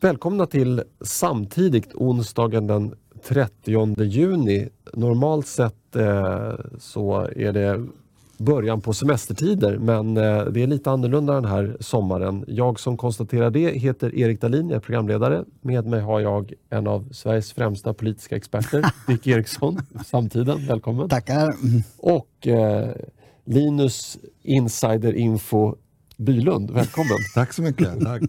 Välkomna till samtidigt onsdagen den 30 juni. Normalt sett så är det början på semestertider, men det är lite annorlunda den här sommaren. Jag som konstaterar det heter Erik Dahlin, jag är programledare. Med mig har jag en av Sveriges främsta politiska experter, Dick Eriksson, samtiden. Välkommen. Tackar. Och Linus Insider Info Bylund, välkommen. Tack så mycket, tack.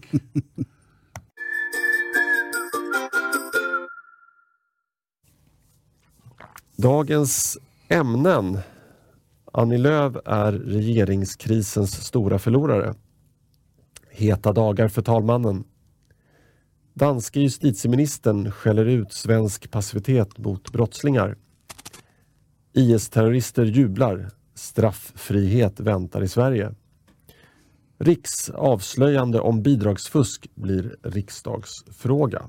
Dagens ämnen. Annie Lööf är regeringskrisens stora förlorare. Heta dagar för talmannen. Danska justitieministern skäller ut svensk passivitet mot brottslingar. IS-terrorister jublar. Strafffrihet väntar i Sverige. Riks avslöjande om bidragsfusk blir riksdagsfråga.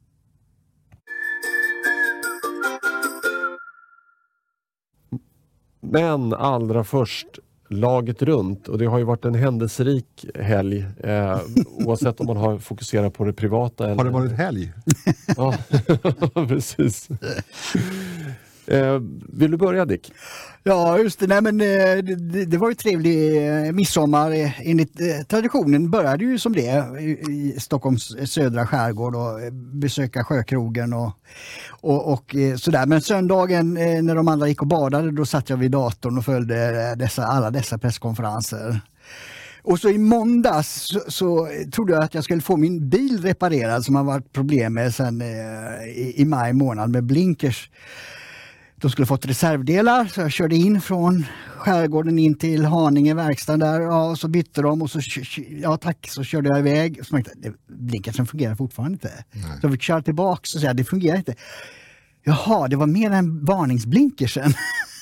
Men allra först, laget runt, och det har ju varit en händelserik helg oavsett om man har fokuserat på det privata. Eller... Har det varit helg? Ja, precis. Vill du börja, Dick? Ja, just det. Nej, men det var ju trevlig midsommar. Enligt traditionen började ju som det i Stockholms södra skärgård och besöka sjökrogen och sådär. Men söndagen när de andra gick och badade, då satt jag vid datorn och följde alla dessa presskonferenser. Och så i måndags så trodde jag att jag skulle få min bil reparerad som har varit problem med sedan i maj månad med blinkers. De skulle fått reservdelar, så jag körde in från skärgården in till Haninge verkstaden där. Ja, så bytte de och så, så körde jag iväg. Så tänkte, blinkersen fungerar fortfarande inte. Nej. Så jag fick köra tillbaka och säga, det fungerar inte. Jaha, det var mer än varningsblinkersen.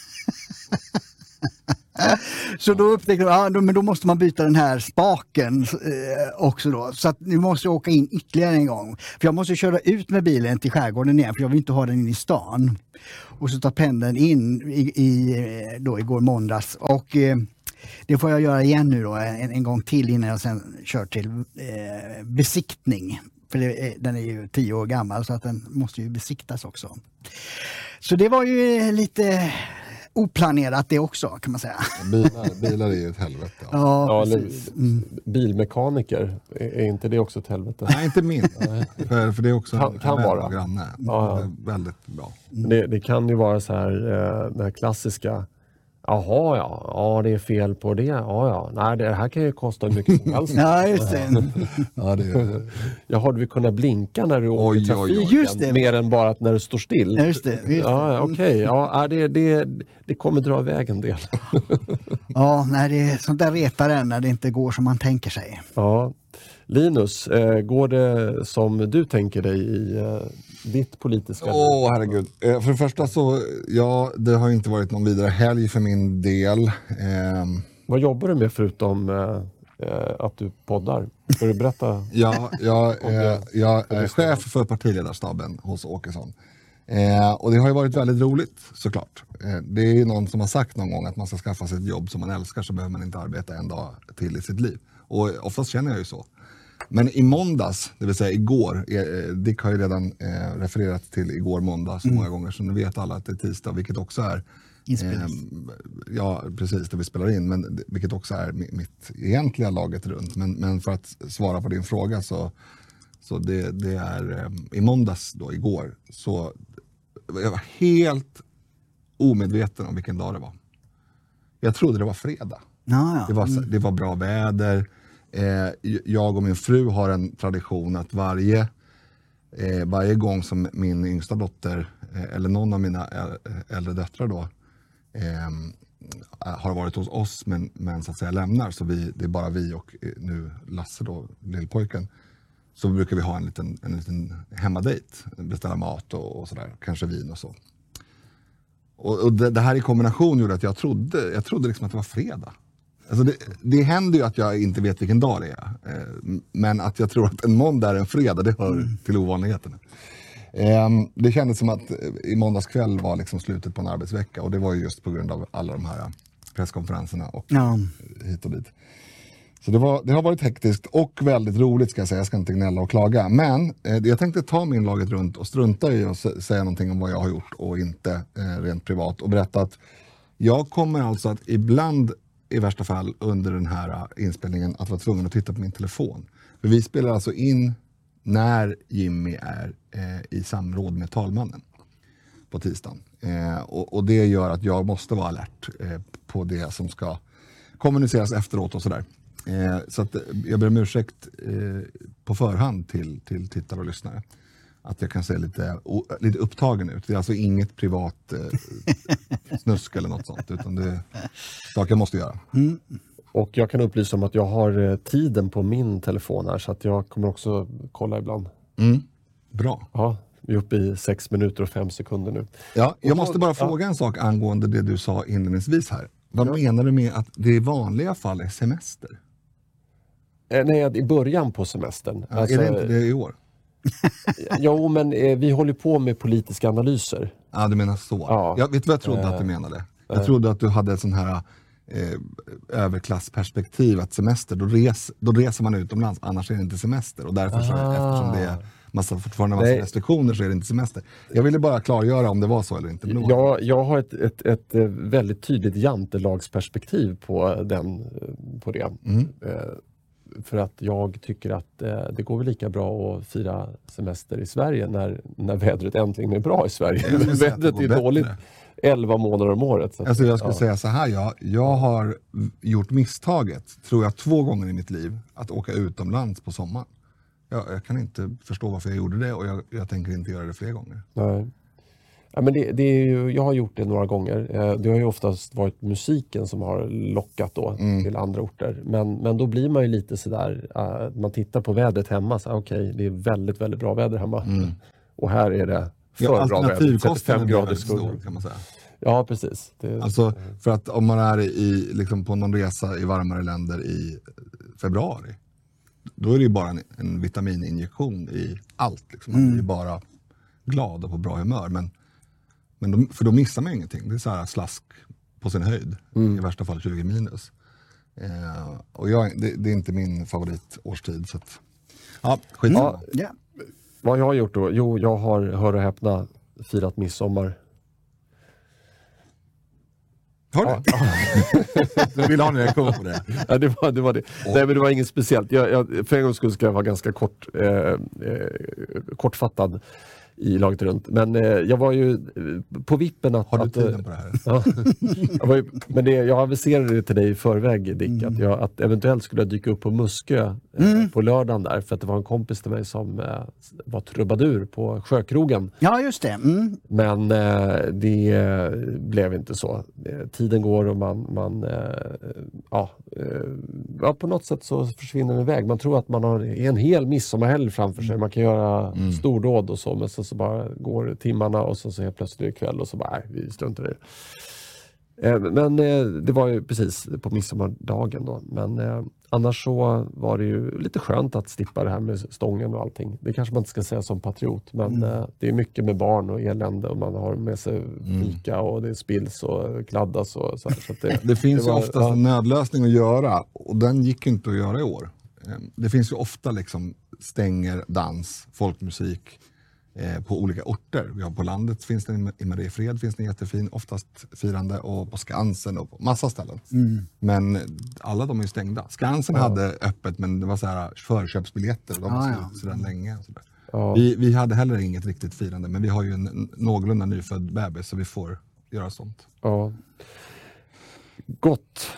Så då upptäckte jag, men då måste man byta den här spaken också då. Så att nu måste jag åka in ytterligare en gång. För jag måste köra ut med bilen till skärgården igen, för jag vill inte ha den in i stan. Och så tar pendeln in igår måndags. Och det får jag göra igen nu då, en gång till innan jag sen kör till besiktning. För den är ju 10 år gammal, så att den måste ju besiktas också. Så det var ju lite... oplanerat det också, kan man säga. Bilar är ju ett helvete. Ja, bilmekaniker, är inte det också ett helvete? Nej, inte min. för det är också kan vara. Granne. Ja. Det är väldigt bra. Det kan ju vara så här, den här klassiska, jaha ja, det är fel på det. Ja. Nej, det här kan ju kosta mycket som helst. Ja, just det. Ja, det är... Ja, har du kunnat blinka när du åker trafik? Just det. Mer än bara att när du står still? Ja, just det. Ja, okej. Ja, det kommer dra iväg en del. Ja, nej, sånt där retar en när det inte går som man tänker sig. Ja. Linus, går det som du tänker dig i ditt politiska liv? Herregud. För det första så, ja, det har inte varit någon vidare helg för min del. Vad jobbar du med förutom att du poddar? Får du berätta? Ja, jag är chef för partiledarstaben hos Åkesson. Och det har ju varit väldigt roligt, såklart. Det är ju någon som har sagt någon gång att man ska skaffa sig ett jobb som man älskar, så behöver man inte arbeta en dag till i sitt liv. Och oftast känner jag ju så. Men i måndags, det vill säga igår, Dick har ju redan refererat till igår måndag så många gånger, så nu vet alla att det är tisdag, vilket också är ja, precis, det vi spelar in, men vilket också är mitt egentliga laget runt. Men för att svara på din fråga så det är i måndags då, igår, så jag var helt omedveten om vilken dag det var. Jag trodde det var fredag. Ja. Det var bra väder. Jag och min fru har en tradition att varje gång som min yngsta dotter eller någon av mina äldre döttrar då har varit hos oss men så att säga lämnar, så det är bara vi och nu Lasse då, lillpojken, så brukar vi ha en liten hemmadejt, beställa mat och sådär, kanske vin och så. Och det här i kombination gjorde att jag trodde liksom att det var fredag. Alltså det händer ju att jag inte vet vilken dag det är. Men att jag tror att en måndag är en fredag, det hör till ovanligheterna. Det kändes som att i måndags kväll var liksom slutet på en arbetsvecka. Och det var ju just på grund av alla de här presskonferenserna och hit och dit. Så det har varit hektiskt och väldigt roligt ska jag säga. Jag ska inte gnälla och klaga. Men jag tänkte ta min laget runt och strunta i och säga någonting om vad jag har gjort och inte rent privat. Och berätta att jag kommer alltså att ibland i värsta fall under den här inspelningen att vara tvungen att titta på min telefon. För vi spelar alltså in när Jimmy är i samråd med talmannen på tisdagen. Och det gör att jag måste vara alert på det som ska kommuniceras efteråt och sådär. Så att jag ber om ursäkt på förhand till tittare och lyssnare. Att jag kan se lite upptagen ut. Det är alltså inget privat snusk eller något sånt. Utan det är saker jag måste göra. Mm. Och jag kan upplysa om att jag har tiden på min telefon här. Så att jag kommer också kolla ibland. Mm. Bra. Ja, vi är uppe i 6 minuter och 5 sekunder nu. Ja, jag måste bara fråga en sak angående det du sa inledningsvis här. Vad menar du med att det i vanliga fall är semester? Nej, i början på semestern. Ja, alltså, är det inte det i år? Jo, men vi håller på med politiska analyser. Ja, du menar så. Ja. Jag vet vad jag trodde att du menade. Jag trodde att du hade ett sån här överklassperspektiv att semester, då reser man utomlands, annars är det inte semester. Och därför eftersom det är fortfarande massa restriktioner så är det inte semester. Jag ville bara klargöra om det var så eller inte. Jag har ett väldigt tydligt jantelagsperspektiv på det. Mm. För att jag tycker att det går väl lika bra att fira semester i Sverige när vädret äntligen är bra i Sverige. Vädret är dåligt 11 månader om året. Så alltså jag skulle säga så här, jag har gjort misstaget, tror jag 2 gånger i mitt liv, att åka utomlands på sommaren. Jag kan inte förstå varför jag gjorde det och jag tänker inte göra det fler gånger. Nej. Ja, men det är ju, jag har gjort det några gånger. Det har ju oftast varit musiken som har lockat då till andra orter. Men då blir man ju lite sådär, man tittar på vädret hemma. Okej, det är väldigt, väldigt bra väder hemma. Mm. Och här är det för bra väder. 35 grader stor kan man säga. Ja, precis. Alltså, för att om man är liksom på någon resa i varmare länder i februari, då är det ju bara en vitamininjektion i allt. Liksom. Man blir bara glad och på bra humör. För då missar man ingenting. Det är så här slask på sin höjd. I värsta fall 20 minus. Och det är inte min favoritårstid. Så att, skit. Ja. Vad jag har gjort då? Jo, jag har, hör och häpna, firat midsommar. Har du? Du vill ha en reaktion på det? Ja, det var det. Nej, men det var inget speciellt. För en gång ska jag vara ganska kortfattad i laget runt. Men jag var ju på vippen att... Har du tiden på det här? Ja, jag aviserade det till dig i förväg, Dick, att eventuellt skulle jag dyka upp på Muskö på lördagen där. För att det var en kompis till mig som var trubadur på Sjökrogen. Ja, just det. Mm. Men det blev inte så. Tiden går och man på något sätt så försvinner den iväg. Man tror att man har en hel midsommarhelg framför sig. Man kan göra stordåd och så, men så bara går timmarna och så helt plötsligt är det kväll och så bara, vi struntar i det. Men det var ju precis på midsommardagen då. Men annars så var det ju lite skönt att slippa det här med stången och allting. Det kanske man inte ska säga som patriot, men det är mycket med barn och elände och man har med sig fika och det spills och kladdas och så här. Så att det finns ju oftast en nödlösning att göra och den gick inte att göra i år. Det finns ju ofta liksom stänger, dans, folkmusik på olika orter. Vi har på landet finns det i Mariefred finns det jättefin, oftast firande, och på Skansen och på massa ställen. Men alla de är ju stängda. Skansen hade öppet, men det var så här förköpsbiljetter och de var slut sedan länge. Och så där. Vi hade heller inget riktigt firande, men vi har ju en någorlunda nyfödd bebis så vi får göra sånt. Ja. Gott.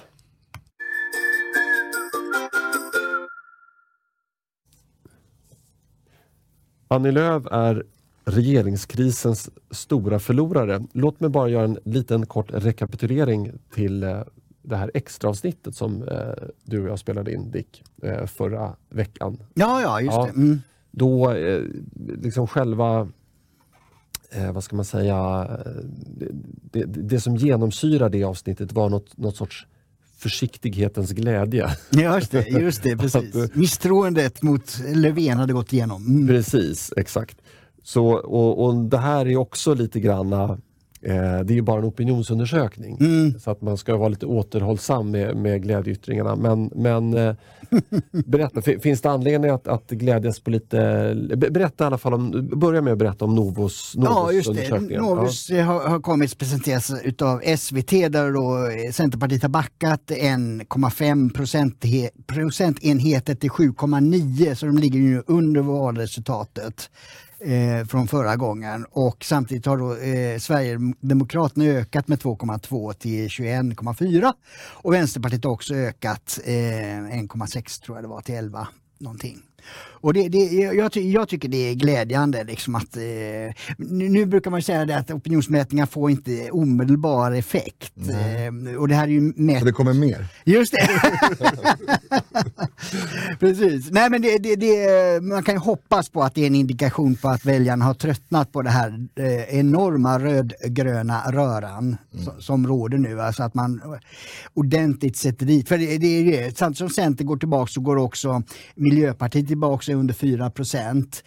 Annie Lööf är regeringskrisens stora förlorare. Låt mig bara göra en liten kort rekapitulering till det här extra avsnittet som du och jag spelade in, Dick, förra veckan. Ja, just det. Mm. Då liksom själva, vad ska man säga, det som genomsyrar det avsnittet var något sorts försiktighetens glädje. Just det, precis. Misstroendet mot Löfven hade gått igenom. Precis, exakt. Så, och det här är också lite grann det är ju bara en opinionsundersökning. Så att man ska vara lite återhållsam med glädjeyttringarna. Men berätta, finns det anledning att glädjas på lite... Berätta i alla fall börja med att berätta om Novus Ja, just det. undersökningen. Novus har kommit presenteras utav SVT där då Centerpartiet har backat 1,5 procentenheter till 7,9, så de ligger ju under valresultatet från förra gången, och samtidigt har då Sverigedemokraterna ökat med 2,2 till 21,4 och Vänsterpartiet har också ökat 1,6 tror jag det var till 11 någonting. Och jag tycker det är glädjande liksom att nu brukar man säga det att opinionsmätningar får inte omedelbar effekt. Och det här är ju mätt... Så det kommer mer. Just det. Precis. Nej, men man kan ju hoppas på att det är en indikation på att väljarna har tröttnat på det här enorma rödgröna röran som råder nu. Alltså att man ordentligt sätter dit. För det är ju sant som Centern går tillbaka, så går också Miljöpartiet tillbaka under 4%.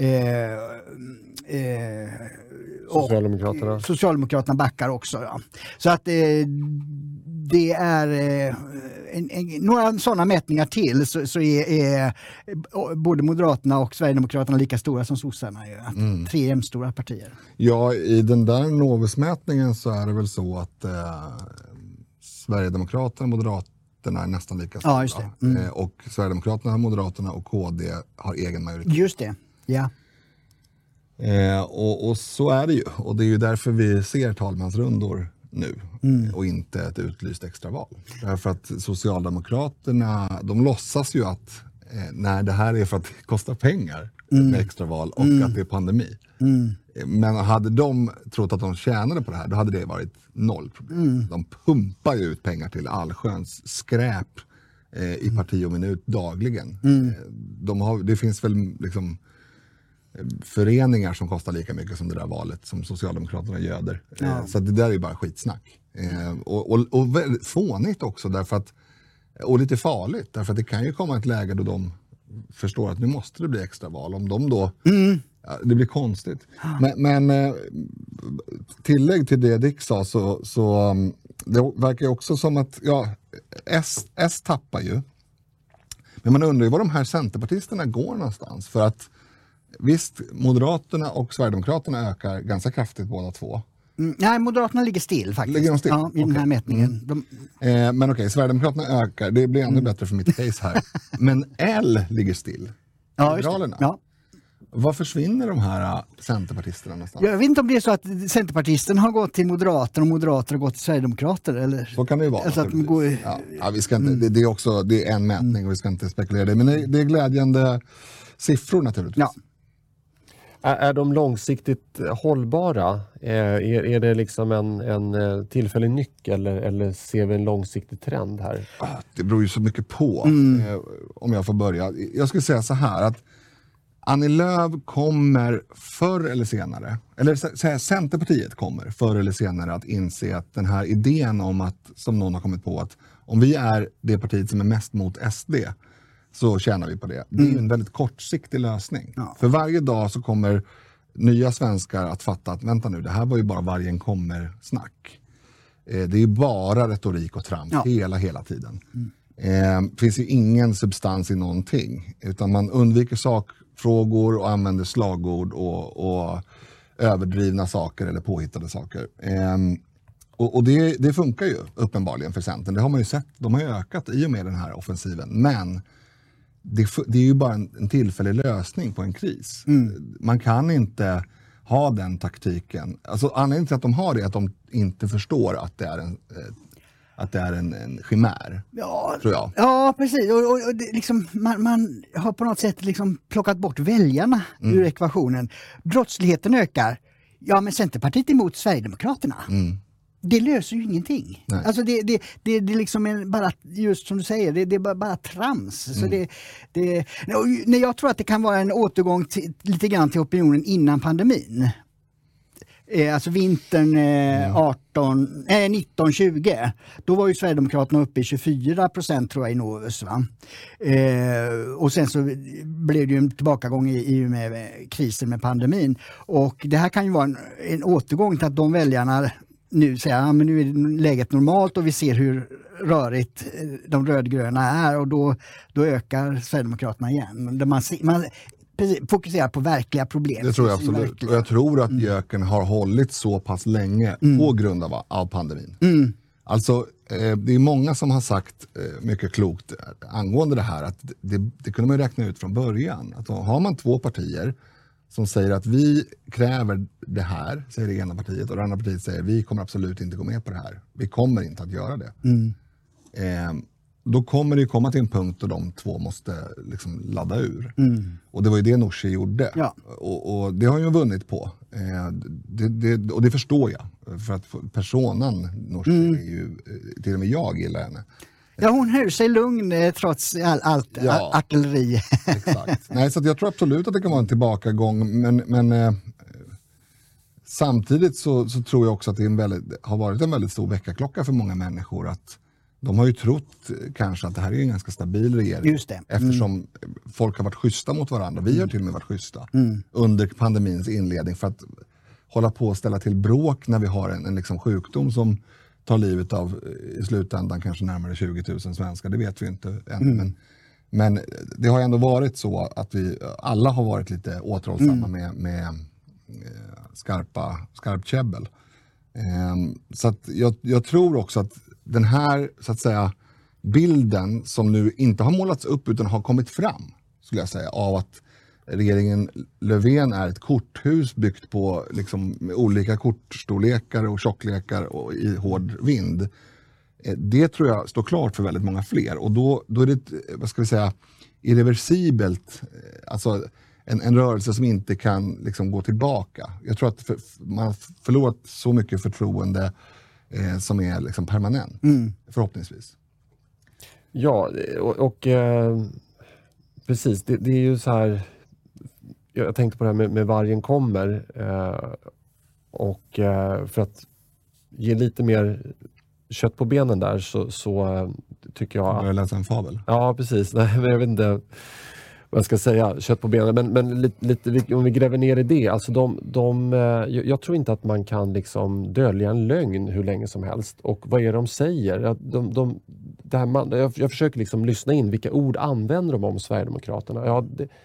Socialdemokraterna backar också. Ja. Så att det är några sådana mätningar till så är både Moderaterna och Sverigedemokraterna lika stora som sossarna. 3 jämnstora partier. Ja, i den där Novus-mätningen så är det väl så att Sverigedemokraterna och Moderaterna är nästan lika stora. Ja, just det. Och Sverigedemokraterna, Moderaterna och KD har egen majoritet. Just det, ja. Och så är det ju. Och det är ju därför vi ser talmansrundor nu och inte ett utlyst extraval. Därför att Socialdemokraterna, de låtsas ju att när det här är för att det kostar pengar med extraval och att det är pandemi. Men hade de trott att de tjänade på det här, då hade det varit noll problem. De pumpar ju ut pengar till allsköns skräp i parti och minut dagligen. Det finns väl liksom föreningar som kostar lika mycket som det där valet som Socialdemokraterna göder. Så det där är ju bara skitsnack. Och väldigt fånigt också därför att, och lite farligt därför att det kan ju komma ett läge då de förstår att nu måste det bli extraval. Om de då det blir konstigt. Men tillägg till det Dick sa så det verkar ju också som att S tappar ju. Men man undrar ju var de här centerpartisterna går någonstans. För att visst, Moderaterna och Sverigedemokraterna ökar ganska kraftigt båda två. Nej, Moderaterna ligger still faktiskt. Ligger de still? Ja, i den här mätningen. Men okej, Sverigedemokraterna ökar. Det blir ännu bättre för mitt case här. Men L ligger still. Ja, Liberalerna. ja. Var försvinner de här centerpartisterna någonstans? Jag vet inte om det är så att centerpartisten har gått till Moderater och Moderater har gått till Sverigedemokrater. Eller? Så kan det ju vara. Alltså att de går... vi ska inte, det är en mätning och vi ska inte spekulera det. Men det är glädjande siffror naturligtvis. Ja. Är de långsiktigt hållbara? Är det liksom en tillfällig nyckel eller ser vi en långsiktig trend här? Det beror ju så mycket på om jag får börja. Jag skulle säga så här att Annie Lööf kommer förr eller senare, eller Centerpartiet kommer förr eller senare att inse att den här idén om att, som någon har kommit på, att om vi är det partiet som är mest mot SD så tjänar vi på det. Det är ju en väldigt kortsiktig lösning. Ja. För varje dag så kommer nya svenskar att fatta att vänta nu, det här var ju bara vargen kommer snack. Det är ju bara retorik och trams hela tiden. Det finns ju ingen substans i någonting. Utan man undviker sakfrågor och använder slagord och överdrivna saker eller påhittade saker. Och det funkar ju uppenbarligen för Centern. Det har man ju sett. De har ju ökat i och med den här offensiven. Men det är ju bara en tillfällig lösning på en kris. Man kan inte ha den taktiken. Alltså anledningen till att de har det är att de inte förstår att det är en chimär, tror jag. Ja, precis. Och det, liksom, man har på något sätt liksom plockat bort väljarna ur ekvationen. Brottsligheten ökar. Ja, men Centerpartiet är emot Sverigedemokraterna. Det löser ju ingenting. Nej. Alltså det är liksom bara, just som du säger, det är bara trams. Så jag tror att det kan vara en återgång lite grann till opinionen innan pandemin. Alltså vintern 1920, då var ju Sverigedemokraterna uppe i 24% tror jag i Novus. Va? Och sen så blev det ju en tillbakagång i med krisen med pandemin. Och det här kan ju vara en återgång till att de väljarna nu säger att nu är läget normalt och vi ser hur rörigt de rödgröna är, och då ökar Sverigedemokraterna igen. Man fokuserar på verkliga problem. Det tror jag absolut. Och jag tror att göken har hållit så pass länge på grund av pandemin. Alltså, det är många som har sagt mycket klokt angående det här, att det kunde man ju räkna ut från början. Att har man två partier som säger att vi kräver det här, säger det ena partiet, och det andra partiet säger vi kommer absolut inte gå med på det här. Vi kommer inte att göra det. Då kommer det ju komma till en punkt då de två måste liksom ladda ur. Och det var ju det Nooshi gjorde. Ja. Och det har ju vunnit på. Och det förstår jag. För att personen Nooshi är ju, till och med jag gillar henne. Ja, hon höll sig lugn trots allt artilleri. Exakt. Nej, så jag tror absolut att det kan vara en tillbakagång. Men samtidigt så tror jag också att det har varit en väldigt stor väckarklocka för många människor. Att de har ju trott kanske att det här är en ganska stabil regering. Just det. Eftersom folk har varit schyssta mot varandra. Vi har till och med varit schyssta under pandemins inledning. För att hålla på och ställa till bråk när vi har en liksom sjukdom som tar livet av i slutändan kanske närmare 20 000 svenskar. Det vet vi inte än. Men det har ändå varit så att vi alla har varit lite återhållsamma med skarpt käbbel. Så att jag tror också att den här så att säga bilden som nu inte har målats upp utan har kommit fram, skulle jag säga, av att regeringen Löfven är ett korthus byggt på liksom med olika kortstorlekar och tjocklekar och i hård vind. Det tror jag står klart för väldigt många fler, och då är det vad ska vi säga, irreversibelt, alltså en rörelse som inte kan liksom gå tillbaka. Jag tror att man har förlorat så mycket förtroende som är liksom permanent, förhoppningsvis. Ja, och precis, det är ju så här, jag tänkte på det här med Vargen kommer, och för att ge lite mer kött på benen där så tycker jag... Jag läser en fabel. Ja, precis. Nej, men jag vet inte vad jag ska säga, kött på benen. Men lite, om vi gräver ner i det. Alltså jag tror inte att man kan liksom dölja en lögn hur länge som helst. Och vad är det de säger? Jag försöker liksom lyssna in, vilka ord använder de om Sverigedemokraterna? Ja,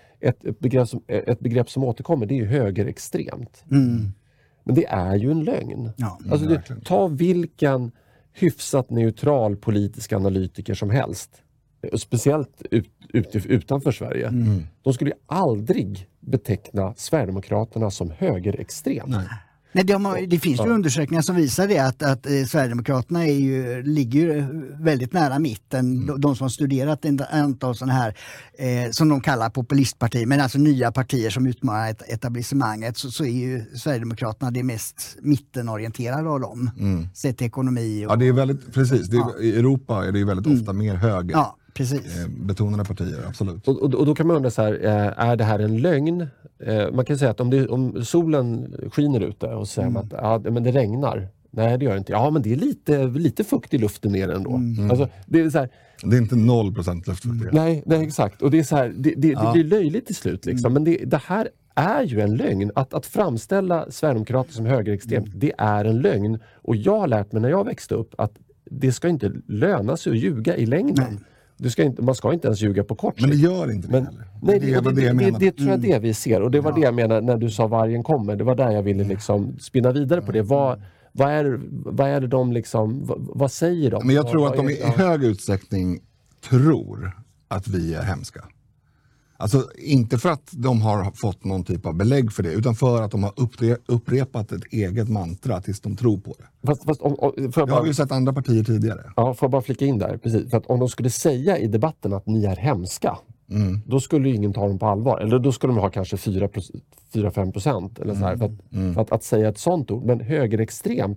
ett begrepp som återkommer, det är ju högerextremt. Men det är ju en lögn. Ja, alltså ta vilken hyfsat neutral politisk analytiker som helst. Speciellt utanför Sverige. De skulle ju aldrig beteckna Sverigedemokraterna som högerextrem. Nej, det finns ju undersökningar som visar det att Sverigedemokraterna ligger väldigt nära mitten. De som har studerat ett antal sådana här som de kallar populistpartier, men alltså nya partier som utmanar etablissemanget, så är ju Sverigedemokraterna det mest mittenorienterade av dem. Sett till ekonomi. Ja, det är väldigt, precis. I Europa är det ju väldigt ofta mer höger. Ja, precis. Betonade partier, absolut. Och då kan man undra så här, är det här en lögn? Man kan säga att om solen skiner ute och säger man att men det regnar. Nej, det gör det inte. Ja, men det är lite fukt i luften ner ändå. Alltså, det är så här, det är inte 0% luftfuktighet. Nej, exakt. Och det är så här, det blir löjligt till slut liksom. Men det här är ju en lögn. Att framställa Sverigedemokrater som högerextremt, det är en lögn. Och jag har lärt mig när jag växte upp att det ska inte löna sig att ljuga i längden. Man ska inte ens ljuga på kort sikt. Men det gör inte det heller. Nej, det tror jag det vi ser. Och det var det jag menade när du sa Vargen kommer. Det var där jag ville liksom spinna vidare på det. Vad är det de liksom, vad säger de? Men jag tror att de i hög utsträckning tror att vi är hemska. Alltså inte för att de har fått någon typ av belägg för det, utan för att de har upprepat ett eget mantra tills de tror på det. Det har vi ju sett andra partier tidigare. Ja, får jag bara flika in där. Precis. För att om de skulle säga i debatten att ni är hemska, då skulle ju ingen ta dem på allvar. Eller då skulle de ha kanske 4-5% eller så här. För att säga ett sånt ord. Men högerextremt,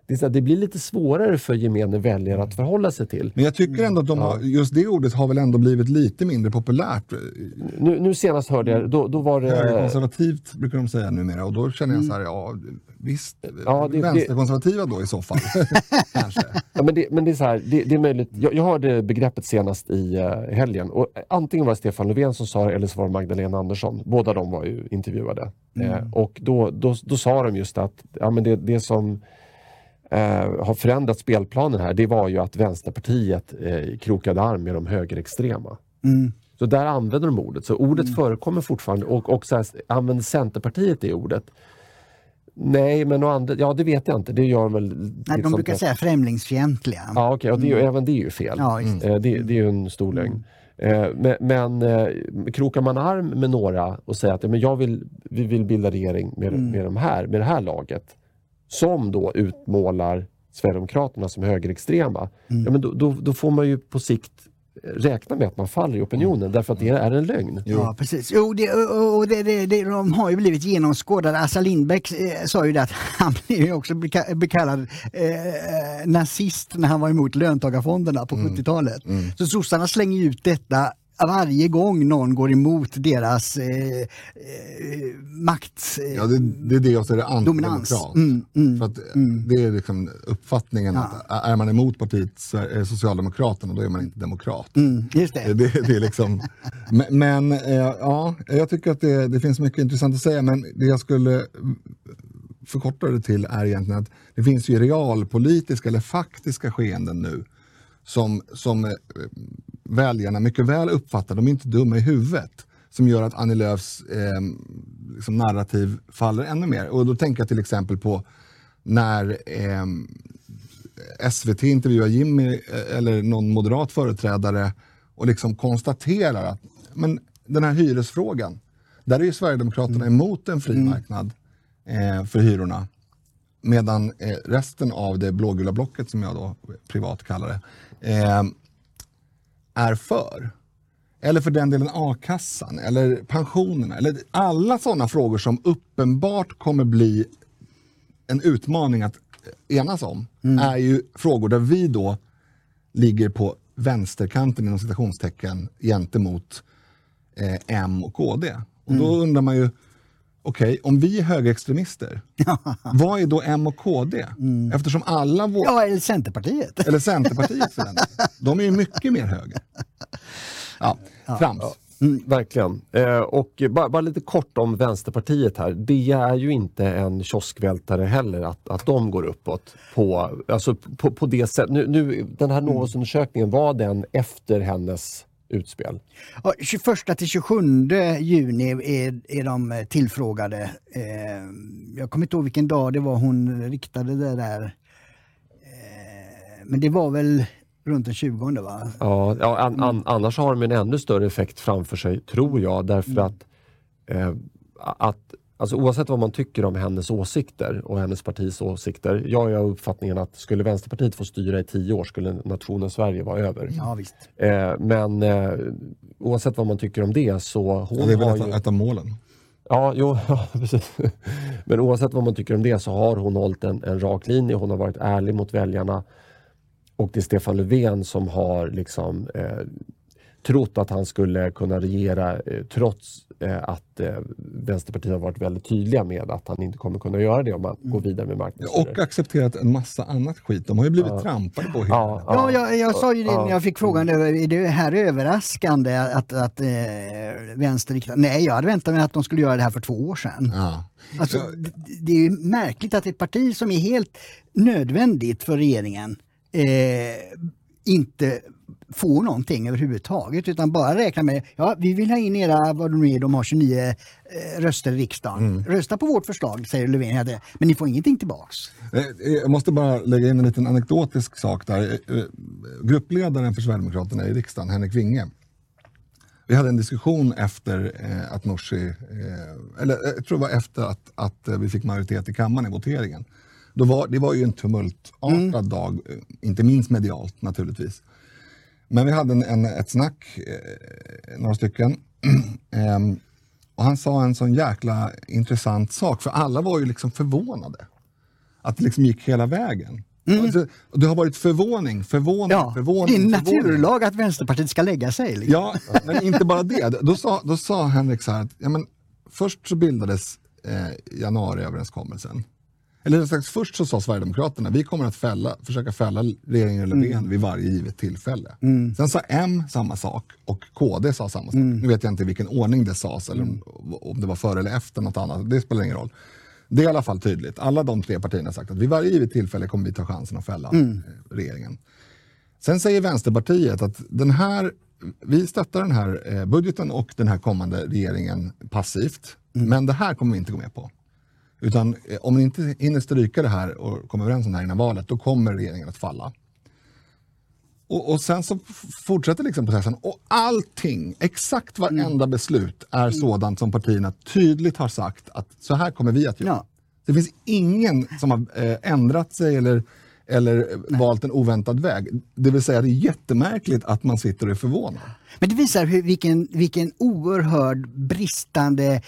det blir lite svårare för gemene väljare att förhålla sig till. Men jag tycker ändå att just det ordet har väl ändå blivit lite mindre populärt. Nu senast hörde jag, då var det... Konservativt brukar de säga numera, och då känner jag så här, ja visst, Ja, vänsterkonservativa då i så fall. Kanske. Ja, men det är så här, det är möjligt. Jag hörde begreppet senast i helgen, och antingen var det Stefan Löfven som sa det, eller så var det Magdalena Andersson. Båda de var ju intervjuade. Och då sa de just att det som har förändrat spelplanen här, det var ju att Vänsterpartiet krokade arm med de högerextrema. Så där använder de ordet. Så ordet förekommer fortfarande, och så här, använder Centerpartiet det ordet? Nej, men andra, det vet jag inte. Det gör väl... Nej, de brukar säga främlingsfientliga. Ja, okej. Och även det är ju fel. Ja, det är ju en stor lögn. Men krokar man arm med några och säger att vi vill bilda regering med det här laget, som då utmålar Sverigedemokraterna som högerextrema, men då får man ju på sikt räkna med att man faller i opinionen, därför att det är en lögn. Ja, precis. De har ju blivit genomskådade. Assa Lindbeck sa ju det att han blev ju också bekallad nazist när han var emot löntagarfonderna på 70-talet. Så sossarna slänger ut detta varje gång någon går emot deras makt. Ja, det är det, och så är det dominans. För att det är liksom uppfattningen att är man emot partiet Socialdemokraterna, då är man inte demokrat. Just det. Det är liksom, men jag tycker att det finns mycket intressant att säga, men det jag skulle förkorta det till är egentligen att det finns ju realpolitiska eller faktiska skeenden nu som väljarna mycket väl uppfattar, de är inte dumma i huvudet, som gör att Annie Lööfs liksom narrativ faller ännu mer. Och då tänker jag till exempel på när SVT intervjuar Jimmy eller någon moderat företrädare och liksom konstaterar att men den här hyresfrågan, där är ju Sverigedemokraterna emot en fri marknad för hyrorna, medan resten av det blågula blocket, som jag då privat kallar det, är för. Eller för den delen a-kassan, eller pensionerna, eller alla sådana frågor som uppenbart kommer bli en utmaning att enas om, är ju frågor där vi då ligger på vänsterkanten inom citationstecken gentemot M och KD. Och då undrar man ju, okej, om vi är högerextremister, vad är då M och KD? Eftersom alla eller Centerpartiet. Eller Centerpartiet för den. De är ju mycket mer höger. Trams. Verkligen. Och bara lite kort om Vänsterpartiet här. Det är ju inte en kioskvältare heller att de går uppåt på det sättet. Nu, den här Novusundersökningen, var den efter hennes utspel? 21 till 27 juni är de tillfrågade. Jag kommer inte ihåg vilken dag det var hon riktade det där. Men det var väl runt den 20, va? Ja, annars har de en ännu större effekt framför sig, tror jag. Därför att alltså, oavsett vad man tycker om hennes åsikter och hennes partis åsikter, jag har uppfattningen att skulle Vänsterpartiet få styra i 10 år skulle nationen Sverige vara över. Ja, visst. Men oavsett vad man tycker om det, så hon det är väl har ju... ett av målen. Ja, precis. Men oavsett vad man tycker om det, så har hon hållit en rak linje. Hon har varit ärlig mot väljarna. Och det är Stefan Löfven som har liksom trott att han skulle kunna regera trots att Vänsterpartiet har varit väldigt tydliga med att han inte kommer kunna göra det om man går vidare med marknadsstyrning. Och accepterat en massa annat skit. De har ju blivit trampade på hela. Jag sa ju det när jag fick frågan, är det här överraskande att vänster riktar? Nej, jag hade väntat mig att de skulle göra det här för 2 år sedan. Alltså, det är ju märkligt att ett parti som är helt nödvändigt för regeringen inte få någonting överhuvudtaget, utan bara räkna med, vi vill ha in era, vad de är, de har 29 röster i riksdagen. Rösta på vårt förslag, säger Löfven, men ni får ingenting tillbaks. Jag måste bara lägga in en liten anekdotisk sak där. Gruppledaren för Sverigedemokraterna i riksdagen, Henrik Winge, vi hade en diskussion efter att Nooshi, eller jag tror det var efter att vi fick majoritet i kammaren i voteringen. Det var ju en tumultartad dag, inte minst medialt naturligtvis. Men vi hade ett snack, några stycken. Och han sa en sån jäkla intressant sak, för alla var ju liksom förvånade. Att det liksom gick hela vägen. Alltså, det har varit förvåning. Det är en naturlag att Vänsterpartiet ska lägga sig. Liksom. Ja, men inte bara det. Då sa Henrik så här att först så bildades januariöverenskommelsen. Eller först så sa Sverigedemokraterna vi kommer att försöka fälla regeringen Löfven vid varje givet tillfälle. Sen sa M samma sak och KD sa samma sak. Nu vet jag inte i vilken ordning det sades eller om det var före eller efter något annat. Det spelar ingen roll. Det är i alla fall tydligt. Alla de 3 partierna har sagt att vid varje givet tillfälle kommer vi ta chansen att fälla regeringen. Sen säger Vänsterpartiet att vi stöttar den här budgeten och den här kommande regeringen passivt. Men det här kommer vi inte gå med på. Utan om ni inte hinner stryka det här och kommer överens om det här innan valet, då kommer regeringen att falla. Och sen så fortsätter liksom processen. Och allting, exakt varenda beslut är sådant som partierna tydligt har sagt att så här kommer vi att göra. Ja. Det finns ingen som har ändrat sig eller valt en oväntad väg. Det vill säga det är jättemärkligt att man sitter och är förvånad. Men det visar vilken oerhörd bristande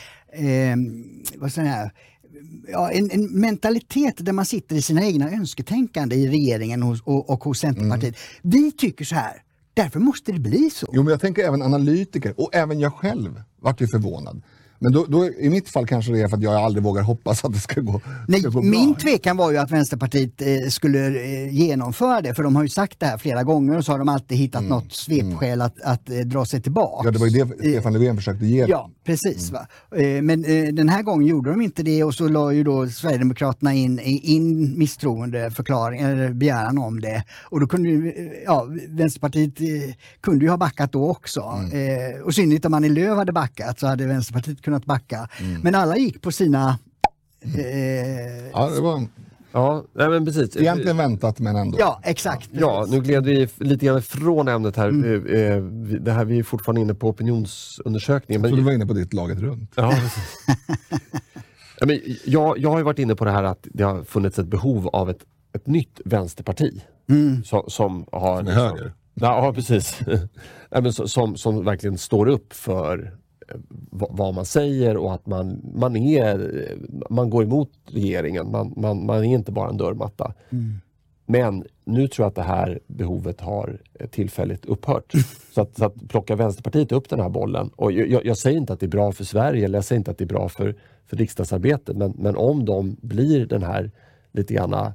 en mentalitet där man sitter i sina egna önsketänkande i regeringen och hos Centerpartiet. Vi tycker så här, därför måste det bli så. Jo, men jag tänker även analytiker och även jag själv vart ju förvånad. Men då i mitt fall kanske det är för att jag aldrig vågar hoppas att det ska gå bra. Min tvekan var ju att Vänsterpartiet skulle genomföra det. För de har ju sagt det här flera gånger och så har de alltid hittat något svepskäl att dra sig tillbaka. Ja, det var ju det Stefan Löfven försökte ge. Ja, precis. Va? Men den här gången gjorde de inte det och så la ju då Sverigedemokraterna in misstroendeförklaring eller begäran om det. Och då kunde Vänsterpartiet kunde ju ha backat då också. Och synligt om Annie Lööf hade backat så hade Vänsterpartiet kunnat backa. Men alla gick på sina... Ja, det var... Ja, nej, men precis. Egentligen väntat men ändå. Ja, exakt. Ja, nu gled vi lite grann från ämnet här. Det här vi är fortfarande inne på opinionsundersökningen. Så du var inne på ditt laget runt. Ja, ja, men jag har ju varit inne på det här att det har funnits ett behov av ett nytt vänsterparti. Som har... Som är höger. Ja, precis. Ja, men som verkligen står upp för vad man säger och att man går emot regeringen. Man är inte bara en dörrmatta. Men nu tror jag att det här behovet har tillfälligt upphört. Så att plocka Vänsterpartiet upp den här bollen. Och jag säger inte att det är bra för Sverige eller jag säger inte att det är bra för riksdagsarbetet. Men om de blir den här lite grann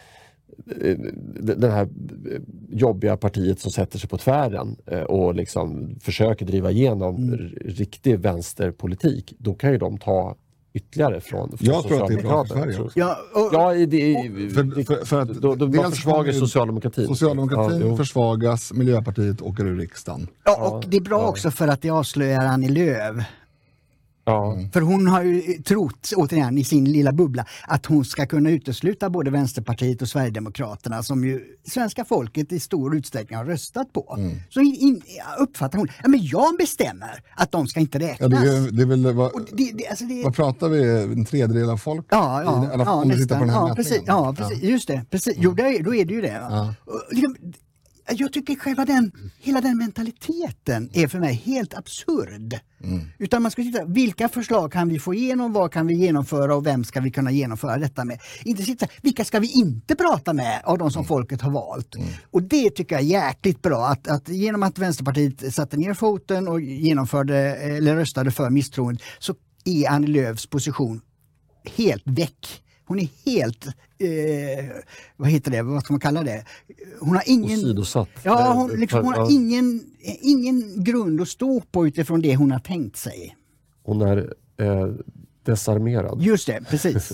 den här jobbiga partiet som sätter sig på tvären och liksom försöker driva igenom riktig vänsterpolitik, då kan ju de ta ytterligare från jag tror att det är bra för Sverige också. Då försvagar socialdemokratin. Socialdemokratin försvagas, Miljöpartiet åker ur riksdagen. Ja, och det är bra också för att det avslöjar Annie Lööf. Ja. För hon har ju trott, återigen i sin lilla bubbla, att hon ska kunna utesluta både Vänsterpartiet och Sverigedemokraterna som ju svenska folket i stor utsträckning har röstat på. Så uppfattar hon, men jag bestämmer att de ska inte räknas. Ja, det är väl, vad pratar vi, en tredjedel av folk? Ja, om vi tittar på den här precis, precis, just det. Precis. Jo, då är det ju det. Ja. Jag tycker själva hela den mentaliteten är för mig helt absurd. Utan man ska titta, vilka förslag kan vi få igenom, vad kan vi genomföra och vem ska vi kunna genomföra detta med? Inte sitta, vilka ska vi inte prata med av de som folket har valt? Och det tycker jag är jäkligt bra, att genom att Vänsterpartiet satte ner foten och genomförde eller röstade för misstroende så är Annie Lööfs position helt väck. Hon är helt, vad ska man kalla det? Hon har ingen... Åsidosatt. Ja, hon har ingen grund att stå på utifrån det hon har tänkt sig. Hon är desarmerad. Just det, precis.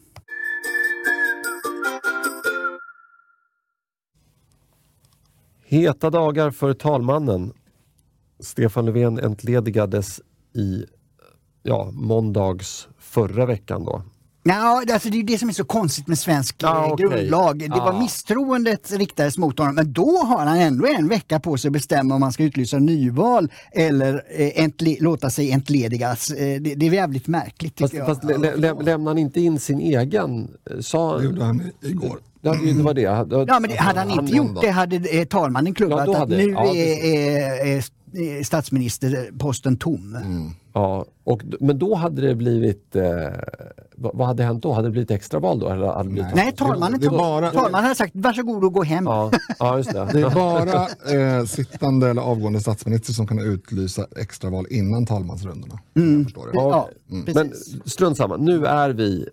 Heta dagar för talmannen. Stefan Löfven entledigades i måndags förra veckan då. Ja, alltså det är det som är så konstigt med svensk grundlag. Det var misstroendet riktades mot honom, men då har han ändå en vecka på sig att bestämma om man ska utlysa nyval eller låta sig entledigas. Det är jävligt märkligt tycker fast lämnar han inte in sin egen? Det gjorde han igår. Ja, det var det. Ja, men hade han inte gjort det hade talmannen klubbat att nu är statsministerposten tom. Ja, men då hade det blivit vad hade hänt då? Hade det blivit extraval då? Eller hade det blivit... Nej, talmannen hade sagt varsågod och gå hem. Ja, just det. Det är bara sittande eller avgående statsminister som kan utlysa extraval innan talmansrundorna. Jag förstår det. Ja, Men strunt samma. Nu är vi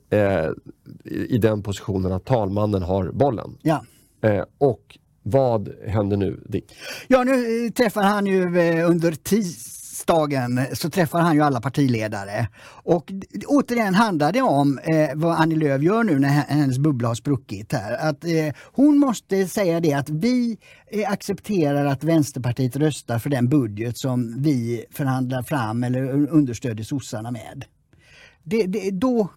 i den positionen att talmannen har bollen. Ja. Och vad händer nu, Dick? Ja, nu träffar han ju under tisdagen så träffar han ju alla partiledare. Och återigen handlar det om vad Annie Lööf gör nu när hennes bubbla har spruckit här. Att hon måste säga det att vi accepterar att Vänsterpartiet röstar för den budget som vi förhandlar fram eller understödjer sossarna med. Då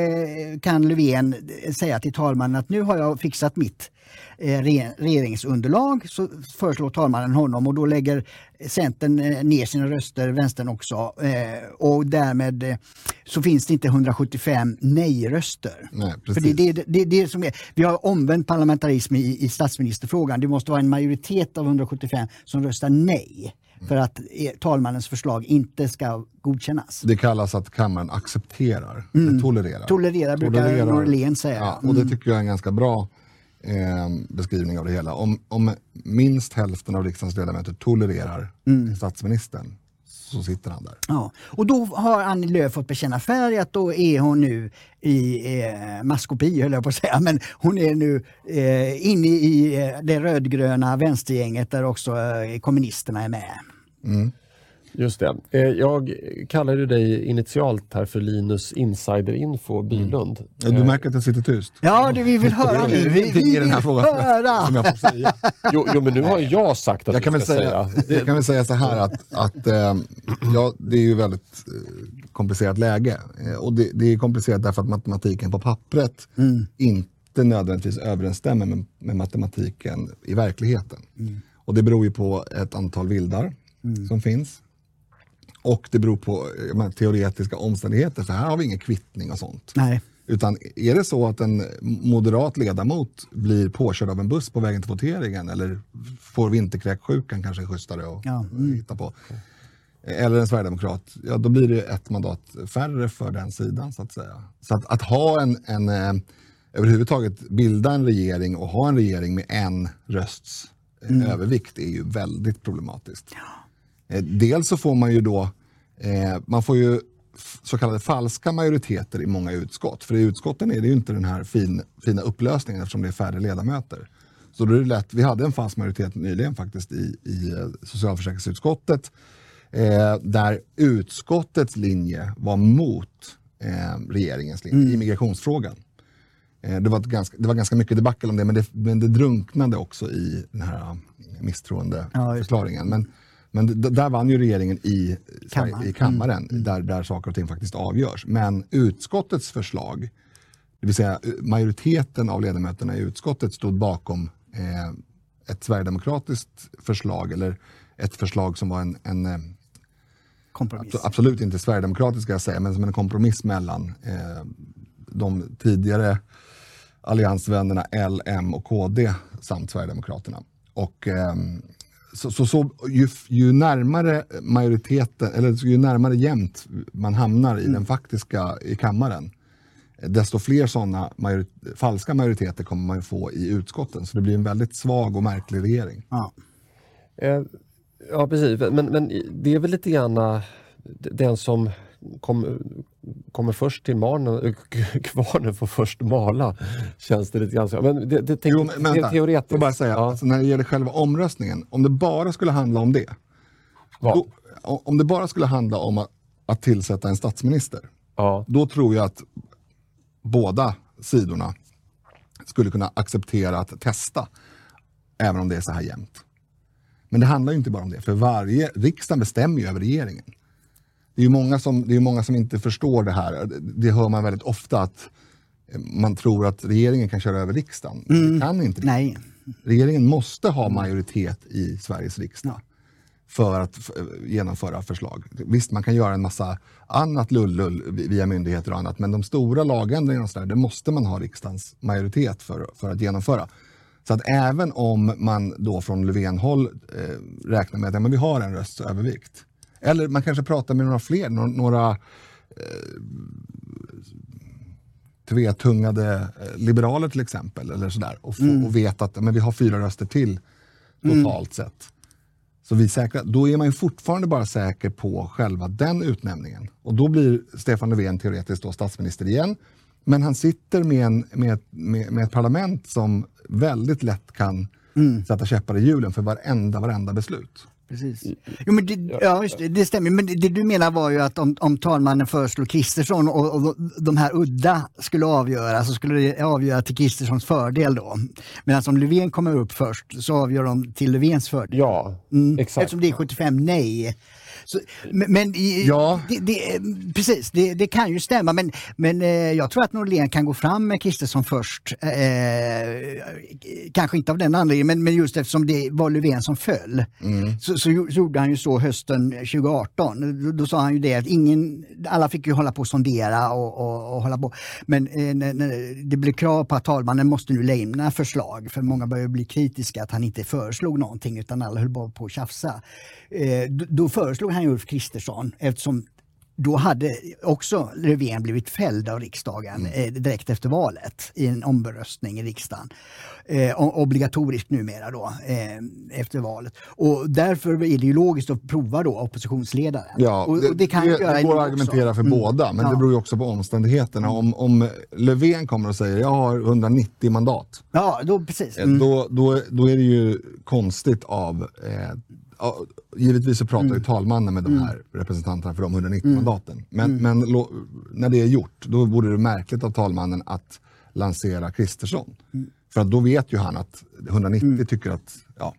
kan Löfven säga till talmannen att nu har jag fixat mitt regeringsunderlag, så föreslår talmannen honom och då lägger Centern ner sina röster, Vänstern också, och därmed så finns det inte 175 nej-röster. Nej, för det som är, vi har omvänd parlamentarism i statsministerfrågan. Det måste vara en majoritet av 175 som röstar nej för att talmannens förslag inte ska godkännas. Det kallas att kammaren accepterar, tolererar. Tolererar brukar Norlén säga. Ja, och det tycker jag är en ganska bra beskrivning av det hela. Om minst hälften av riksdagens ledamöter tolererar statsministern, så sitter han där. Ja, och då har Annie Lööf fått bekänna färg att då är hon nu i maskopi, höll jag på att säga, men hon är nu inne i det rödgröna vänstergänget där också kommunisterna är med. Just det. Jag kallade dig initialt här för Linus Insider-info Bylund. Du märker att jag sitter tyst. Ja, det vi vill höra nu. Vi vill den här frågan höra. som jag får säga. Jo, men nu har jag sagt att Jag kan väl säga så här att det är ju väldigt komplicerat läge. Och det är komplicerat därför att matematiken på pappret inte nödvändigtvis överensstämmer med matematiken i verkligheten. Och det beror ju på ett antal vildar som finns. Och det beror på teoretiska omständigheter, för här har vi ingen kvittning och sånt. Nej. Utan är det så att en moderat ledamot blir påkörd av en buss på vägen till voteringen eller får vinterkräksjukan, kanske är schysstare att hitta på. Eller en sverigedemokrat, ja då blir det ett mandat färre för den sidan så att säga. Så att ha en överhuvudtaget bilda en regering och ha en regering med en rösts övervikt är ju väldigt problematiskt. Dels så får man ju då man får ju så kallade falska majoriteter i många utskott. För i utskotten är det ju inte den här fina upplösningen eftersom det är färre ledamöter. Så då är det lätt, vi hade en falsk majoritet nyligen faktiskt i socialförsäkringsutskottet där utskottets linje var mot regeringens linje i migrationsfrågan. Det var ganska mycket debacle om det, men det drunknade också i den här misstroendeförklaringen. Men där vann ju regeringen i kammaren där saker och ting faktiskt avgörs. Men utskottets förslag, det vill säga majoriteten av ledamöterna i utskottet stod bakom ett sverigedemokratiskt förslag eller ett förslag som var en kompromiss. Absolut inte sverigedemokratisk ska jag säga, men som en kompromiss mellan de tidigare alliansvännerna L, M och KD samt Sverigedemokraterna. Och ju närmare majoriteten, eller ju närmare jämnt man hamnar i den faktiska i kammaren, desto fler sådana falska majoriteter kommer man få i utskotten. Så det blir en väldigt svag och märklig regering. Ja, precis. Men det är väl lite grann den som kommer först till kvarnen får först mala, känns det lite grann så. Men det teoretiskt. Jag bara säga, alltså när det gäller själva omröstningen, om det bara skulle handla om det. Om det bara skulle handla om att tillsätta en statsminister, då tror jag att båda sidorna skulle kunna acceptera att testa, även om det är så här jämnt. Men det handlar ju inte bara om det, för riksdagen bestämmer ju över regeringen. Det är ju många som inte förstår det här. Det hör man väldigt ofta, att man tror att regeringen kan köra över riksdagen. Det kan inte det. Nej. Regeringen måste ha majoritet i Sveriges riksdag för att genomföra förslag. Visst, man kan göra en massa annat lullull via myndigheter och annat, men de stora lagändringarna och så där, det måste man ha riksdagens majoritet för att genomföra. Så att även om man då från Löfven-håll räknar med att vi har en rösts övervikt, eller man kanske pratar med några fler, några tvetungade liberaler till exempel eller sådär och vet att men vi har 4 röster till totalt sett. Så vi säkra, då är man ju fortfarande bara säker på själva den utnämningen. Och då blir Stefan Löfven teoretiskt då statsminister igen. Men han sitter med ett parlament som väldigt lätt kan sätta käppar i hjulen för varenda beslut. Precis. Jo, men just det stämmer. Men det du menar var ju att om talmannen föreslår Kristersson och de här udda skulle avgöra, så skulle det avgöra till Kristerssons fördel då. Men om Löfven kommer upp först så avgör de till Löfvens fördel. Ja, exakt. Eftersom det är 75 nej. Så, precis, det kan ju stämma, men jag tror att Norlén kan gå fram med Kristersson först. Kanske inte av den anledningen, men just eftersom det var Löfven som föll. Så gjorde han ju så hösten 2018. Då sa han ju det att alla fick ju hålla på och sondera och hålla på. Men när det blev krav på att talmannen måste nu lämna förslag, för många började bli kritiska att han inte föreslog någonting utan alla höll bara på att tjafsa. Då föreslog han Ulf Kristersson, eftersom då hade också Löfven blivit fälld av riksdagen direkt efter valet i en omröstning i riksdagen. Obligatoriskt numera då efter valet. Och därför är det ju logiskt att prova då oppositionsledaren. Ja, och det kan det går att argumentera för båda, men det beror ju också på omständigheterna. Om Löfven kommer och säger jag har 190 mandat. Ja, då precis. Då är det ju konstigt av givetvis så pratar ju talmannen med de här representanterna för de 190 mandaten. Men när det är gjort, då vore det märkligt av talmannen att lansera Kristersson. För att då vet ju han att 190 tycker att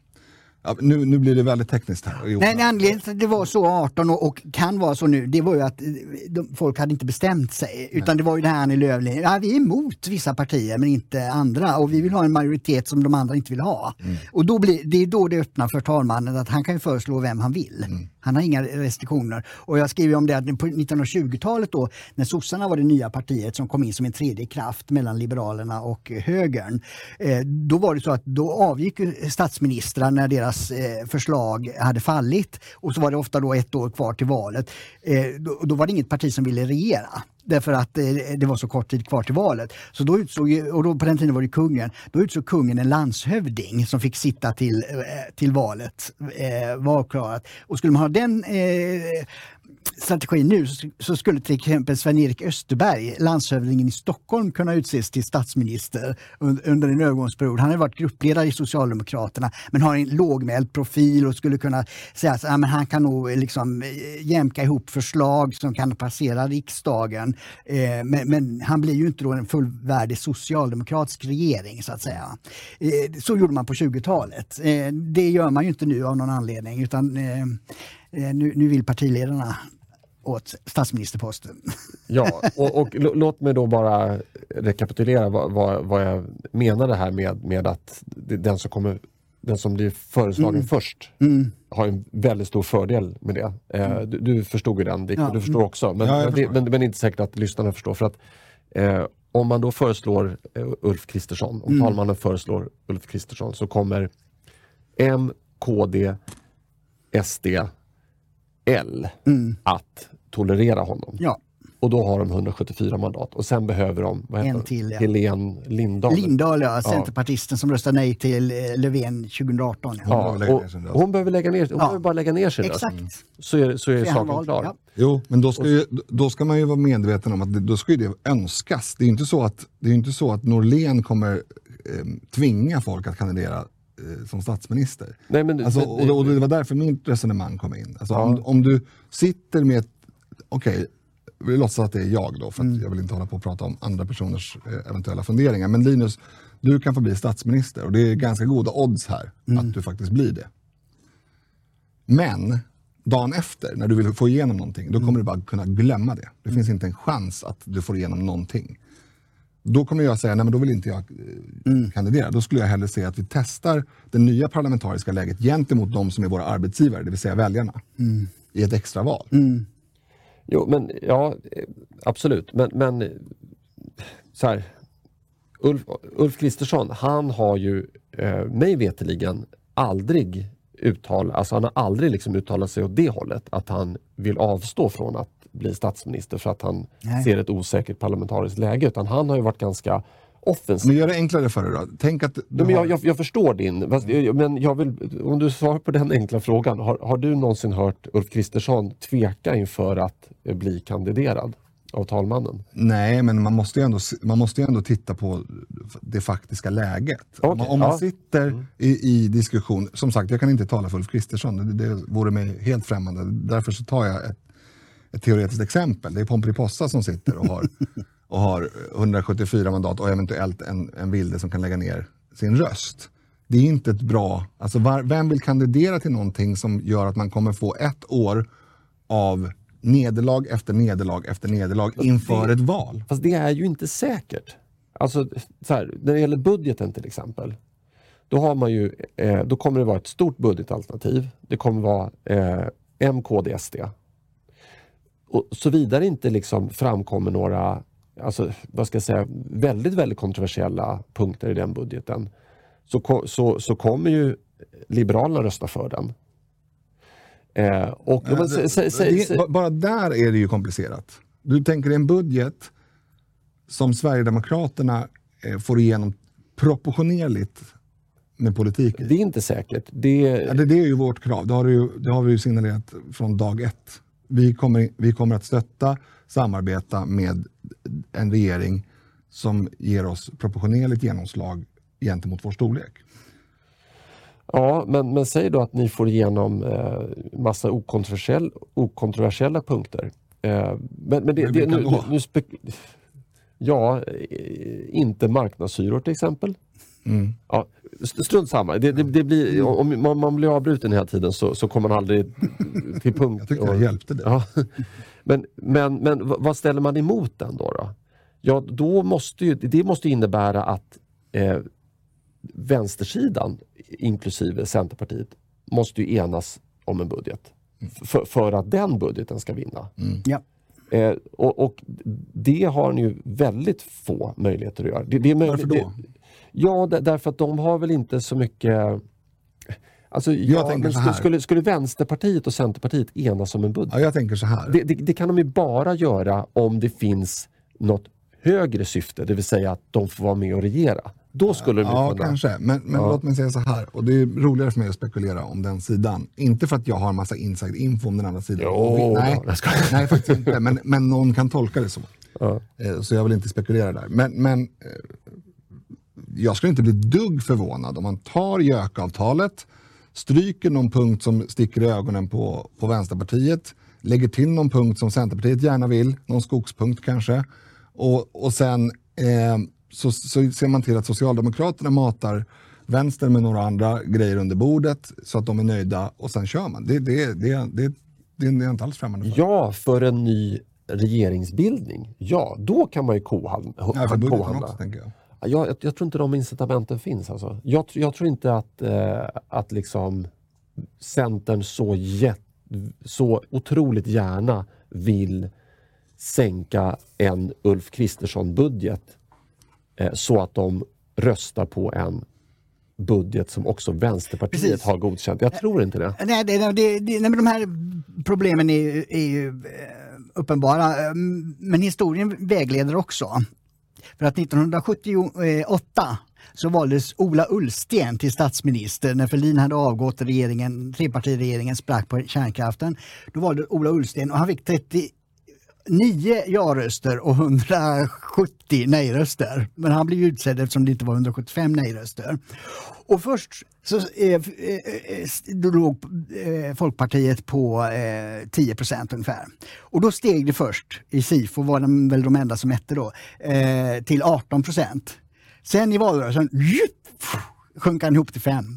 nu blir det väldigt tekniskt här. Nej, anledningen till att det var så 18 och kan vara så nu, det var ju att folk hade inte bestämt sig. Utan det var ju det här i Löfven. Ja, vi är emot vissa partier men inte andra. Och vi vill ha en majoritet som de andra inte vill ha. Och det är då det öppnar för talmannen att han kan ju föreslå vem han vill. Han har inga restriktioner. Och jag skriver om det att på 1920-talet då, när sossarna var det nya partiet som kom in som en tredje kraft mellan liberalerna och högern. Då var det så att då avgick statsministrar när deras förslag hade fallit, och så var det ofta då 1 år kvar till valet. Då var det inget parti som ville regera. Därför att det var så kort tid kvar till valet. Så då och då på den tiden var det kungen. Då utsåg kungen en landshövding som fick sitta till valet valklarat. Och skulle man ha den strategin nu så skulle till exempel Sven-Erik Österberg, landshövdingen i Stockholm, kunna utses till statsminister under en övergångsperiod. Han har varit gruppledare i Socialdemokraterna men har en lågmäld profil och skulle kunna säga att han kan nog liksom jämka ihop förslag som kan passera riksdagen. Men han blir ju inte då en fullvärdig socialdemokratisk regering så att säga. Så gjorde man på 20-talet. Det gör man ju inte nu av någon anledning, utan nu vill partiledarna åt statsministerposten. Ja, och låt mig då bara rekapitulera vad jag menar det här med att den som blir föreslagen först har en väldigt stor fördel med det. Du förstod ju den, Dick, och du förstår också. Men det är inte säkert att lyssnarna förstår. För att om man då föreslår Ulf Kristersson, om talmannen föreslår Ulf Kristersson, så kommer M, KD, SD, L att tolerera honom. Ja. Och då har de 174 mandat. Och sen behöver de en till, Helene Lindahl. Lindahl, centerpartisten som röstade nej till Löfven 2018. Hon behöver lägga ner, behöver bara lägga ner sin röst. Exakt. Så är saken klar. Ja. Jo, men då ska man ju vara medveten om att då ska ju det önskas. Det är ju inte så att Norlén kommer tvinga folk att kandidera som statsminister. Nej, men, och det var därför mitt resonemang kom in. Alltså, om du sitter med vi låtsas att det är jag då, för att jag vill inte hålla på och prata om andra personers eventuella funderingar. Men Linus, du kan få bli statsminister och det är ganska goda odds här att du faktiskt blir det. Men dagen efter, när du vill få igenom någonting, då kommer du bara kunna glömma det. Det finns inte en chans att du får igenom någonting. Då kommer jag säga, nej men då vill inte jag kandidera. Då skulle jag hellre säga att vi testar det nya parlamentariska läget gentemot de som är våra arbetsgivare, det vill säga väljarna, i ett extra val. Jo, men absolut. Men så här, Ulf Kristersson, han har ju mig veteligen aldrig uttalat sig åt det hållet, att han vill avstå från att bli statsminister för att han ser ett osäkert parlamentariskt läge, utan han har ju varit ganska offensiv. Men gör det enklare för dig då. Tänk att jag förstår din, men jag vill, om du svarar på den enkla frågan, har du någonsin hört Ulf Kristersson tveka inför att bli kandiderad av talmannen? Nej, men man måste ju ändå titta på det faktiska läget. Okay, om man sitter i diskussion, som sagt, jag kan inte tala för Ulf Kristersson, det vore mig helt främmande. Därför så tar jag ett teoretiskt exempel. Det är Pomperipossa som sitter och har 174 mandat och eventuellt en Wilde som kan lägga ner sin röst. Det är inte ett bra... Alltså vem vill kandidera till någonting som gör att man kommer få ett år av nederlag efter nederlag efter nederlag inför ett val? Fast det är ju inte säkert. Alltså, så här, när det gäller budgeten till exempel, då har man ju, då kommer det vara ett stort budgetalternativ. Det kommer vara MKD, SD. Och så vidare inte liksom framkommer några, alltså, vad ska jag säga, väldigt, väldigt kontroversiella punkter i den budgeten, så kommer ju Liberalerna rösta för den. Bara där är det ju komplicerat. Du tänker en budget som Sverigedemokraterna får igenom proportionerligt med politiken. Det är inte säkert. Det är ju vårt krav. Det har vi ju signalerat från dag ett. Vi kommer att stötta, samarbeta med en regering som ger oss proportionerligt genomslag gentemot vår storlek. Ja, men säg då att ni får igenom massa okontroversiella punkter. Inte marknadshyror till exempel. Mm. Ja, strunt samma. Det blir, om man blir avbruten hela tiden så kommer man aldrig till punkt. Jag tycker jag hjälpte det. Ja. Men vad ställer man emot den då? Ja, då måste det måste innebära att vänstersidan, inklusive Centerpartiet, måste ju enas om en budget. För att den budgeten ska vinna. Mm. Ja. Och det har ni ju väldigt få möjligheter att göra. Varför då? Därför att de har väl inte så mycket... Alltså, skulle Vänsterpartiet och Centerpartiet enas om en budget? Ja, jag tänker så här. Det kan de ju bara göra om det finns något högre syfte, det vill säga att de får vara med och regera. Då skulle de kunna... kanske. Men låt mig säga så här. Och det är roligare för mig att spekulera om den sidan. Inte för att jag har en massa inside info om den andra sidan. Nej, faktiskt inte. Men någon kan tolka det så. Ja. Så jag vill inte spekulera där. Men jag skulle inte bli dugg förvånad om man tar JÖK-avtalet, stryker någon punkt som sticker i ögonen på Vänsterpartiet, lägger till någon punkt som Centerpartiet gärna vill, någon skogspunkt kanske, och sen så ser man till att Socialdemokraterna matar vänster med några andra grejer under bordet så att de är nöjda, och sen kör man. Det är inte alls främmande för. Ja, för en ny regeringsbildning. Ja, då kan man ju kohandla. För budgeten också, tänker jag. Jag tror inte de incitamenten finns. Alltså. Jag tror inte att liksom Centern så otroligt gärna vill sänka en Ulf Kristersson-budget så att de röstar på en budget som också Vänsterpartiet har godkänt. Jag tror inte det. Nej, men de här problemen är ju uppenbara. Men historien vägleder också. För att 1978 så valdes Ola Ullsten till statsminister när Fälldin hade avgått, trepartiregeringen sprack på kärnkraften. Då valde Ola Ullsten och han fick 39 ja-röster och 170 nej-röster. Men han blev utsedd eftersom det inte var 175 nej-röster. Och först så då låg Folkpartiet på 10% ungefär. Och då steg det först, i SIFO var de väl de enda som mätte då, till 18%. Sen i valrörelsen sjönk han ihop till 5%.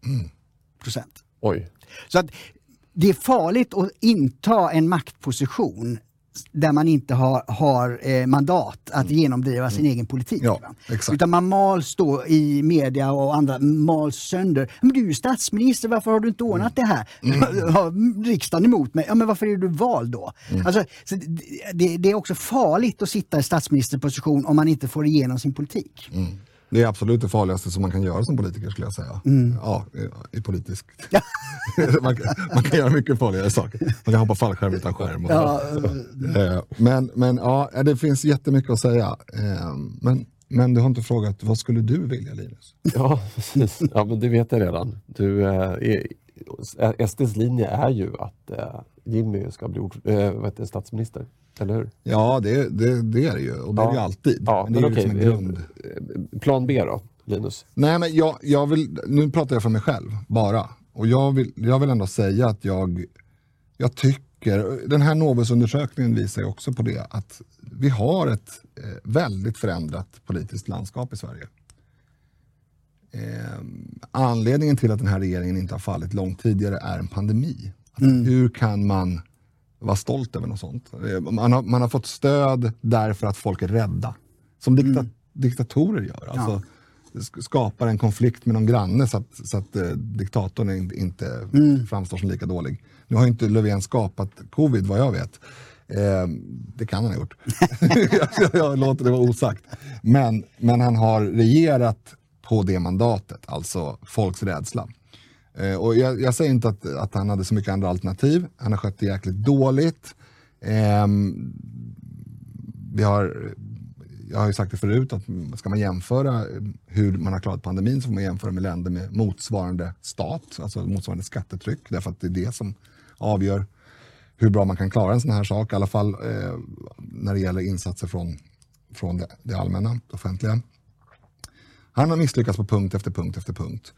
Oj. Så att det är farligt att inta en maktposition där man inte har mandat att genomdriva sin egen politik. Ja, exakt. Utan man mals då i media och andra mals sönder. Men du är ju statsminister, varför har du inte ordnat det här? Har riksdagen emot mig? Ja, men varför är du vald då? Alltså, så det är också farligt att sitta i statsministerposition om man inte får igenom sin politik. Det är absolut det farligaste som man kan göra som politiker, skulle jag säga. Ja, i politisk. man kan göra mycket farligare saker. Man kan hoppa fallskärm utan skärm. Men ja, det finns jättemycket att säga. Men du har inte frågat, vad skulle du vilja, Linus? Ja, precis. Ja, men det vet jag redan. SDs linje är ju att Jimmy ska bli statsminister, eller hur? Ja, det är det ju. Och det är det ju alltid. Ja, men det är okej. liksom en grund. Plan B då, Linus? Nej, men jag vill, nu pratar jag för mig själv bara. Och jag vill ändå säga att jag tycker, den här Novus-undersökningen visar ju också på det, att vi har ett väldigt förändrat politiskt landskap i Sverige. Anledningen till att den här regeringen inte har fallit långt tidigare är en pandemi. Hur kan man vara stolt över något sånt? Man har fått stöd därför att folk är rädda. Som diktatorer gör. Alltså, skapar en konflikt med någon granne så att diktatorn inte framstår som lika dålig. Nu har inte Löfven skapat covid, vad jag vet. Det kan han ha gjort. Jag låter det vara osagt. Men han har regerat på det mandatet, alltså folks rädsla. Och jag säger inte att han hade så mycket andra alternativ. Han har skött det jäkligt dåligt. Jag har ju sagt det förut, att ska man jämföra hur man har klarat pandemin, så får man jämföra med länder med motsvarande stat, alltså motsvarande skattetryck, därför att det är det som avgör hur bra man kan klara en sån här sak, i alla fall när det gäller insatser från det allmänna, det offentliga. Han har misslyckats på punkt efter punkt efter punkt.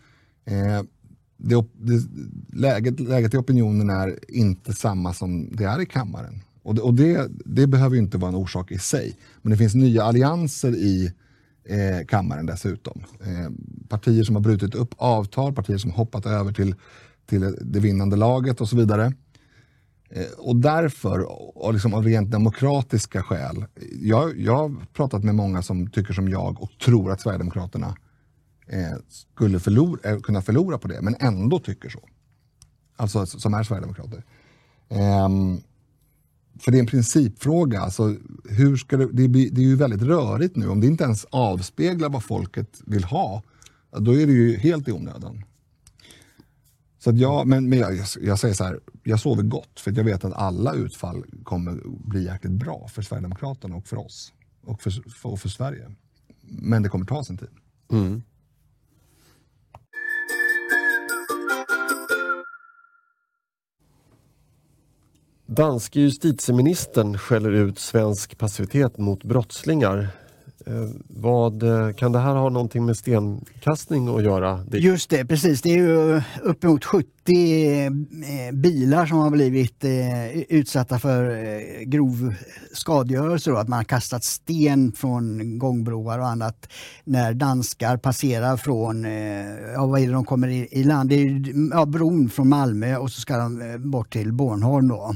Läget i opinionen är inte samma som det är i kammaren. Och det behöver ju inte vara en orsak i sig. Men det finns nya allianser i kammaren dessutom. Partier som har brutit upp avtal, partier som har hoppat över till det vinnande laget och så vidare. Och därför, och liksom av rent demokratiska skäl, jag har pratat med många som tycker som jag och tror att Sverigedemokraterna skulle kunna förlora på det, men ändå tycker så. Alltså som är Sverigedemokrater. För det är en principfråga. Alltså, hur ska det är ju väldigt rörigt nu. Om det inte ens avspeglar vad folket vill ha, då är det ju helt i onödan. Så att jag säger så här, jag sover gott, för att jag vet att alla utfall kommer bli jäkligt bra för Sverigedemokraterna och för oss och för Sverige. Men det kommer ta sin tid. Danske justitieministern skäller ut svensk passivitet mot brottslingar. Kan det här ha någonting med stenkastning att göra? Just det, precis. Det är ju uppemot 70 bilar som har blivit utsatta för grov skadegörelse. Att man har kastat sten från gångbroar och annat när danskar passerar från, vad är det de kommer i land? Det är bron från Malmö och så ska de bort till Bornholm då.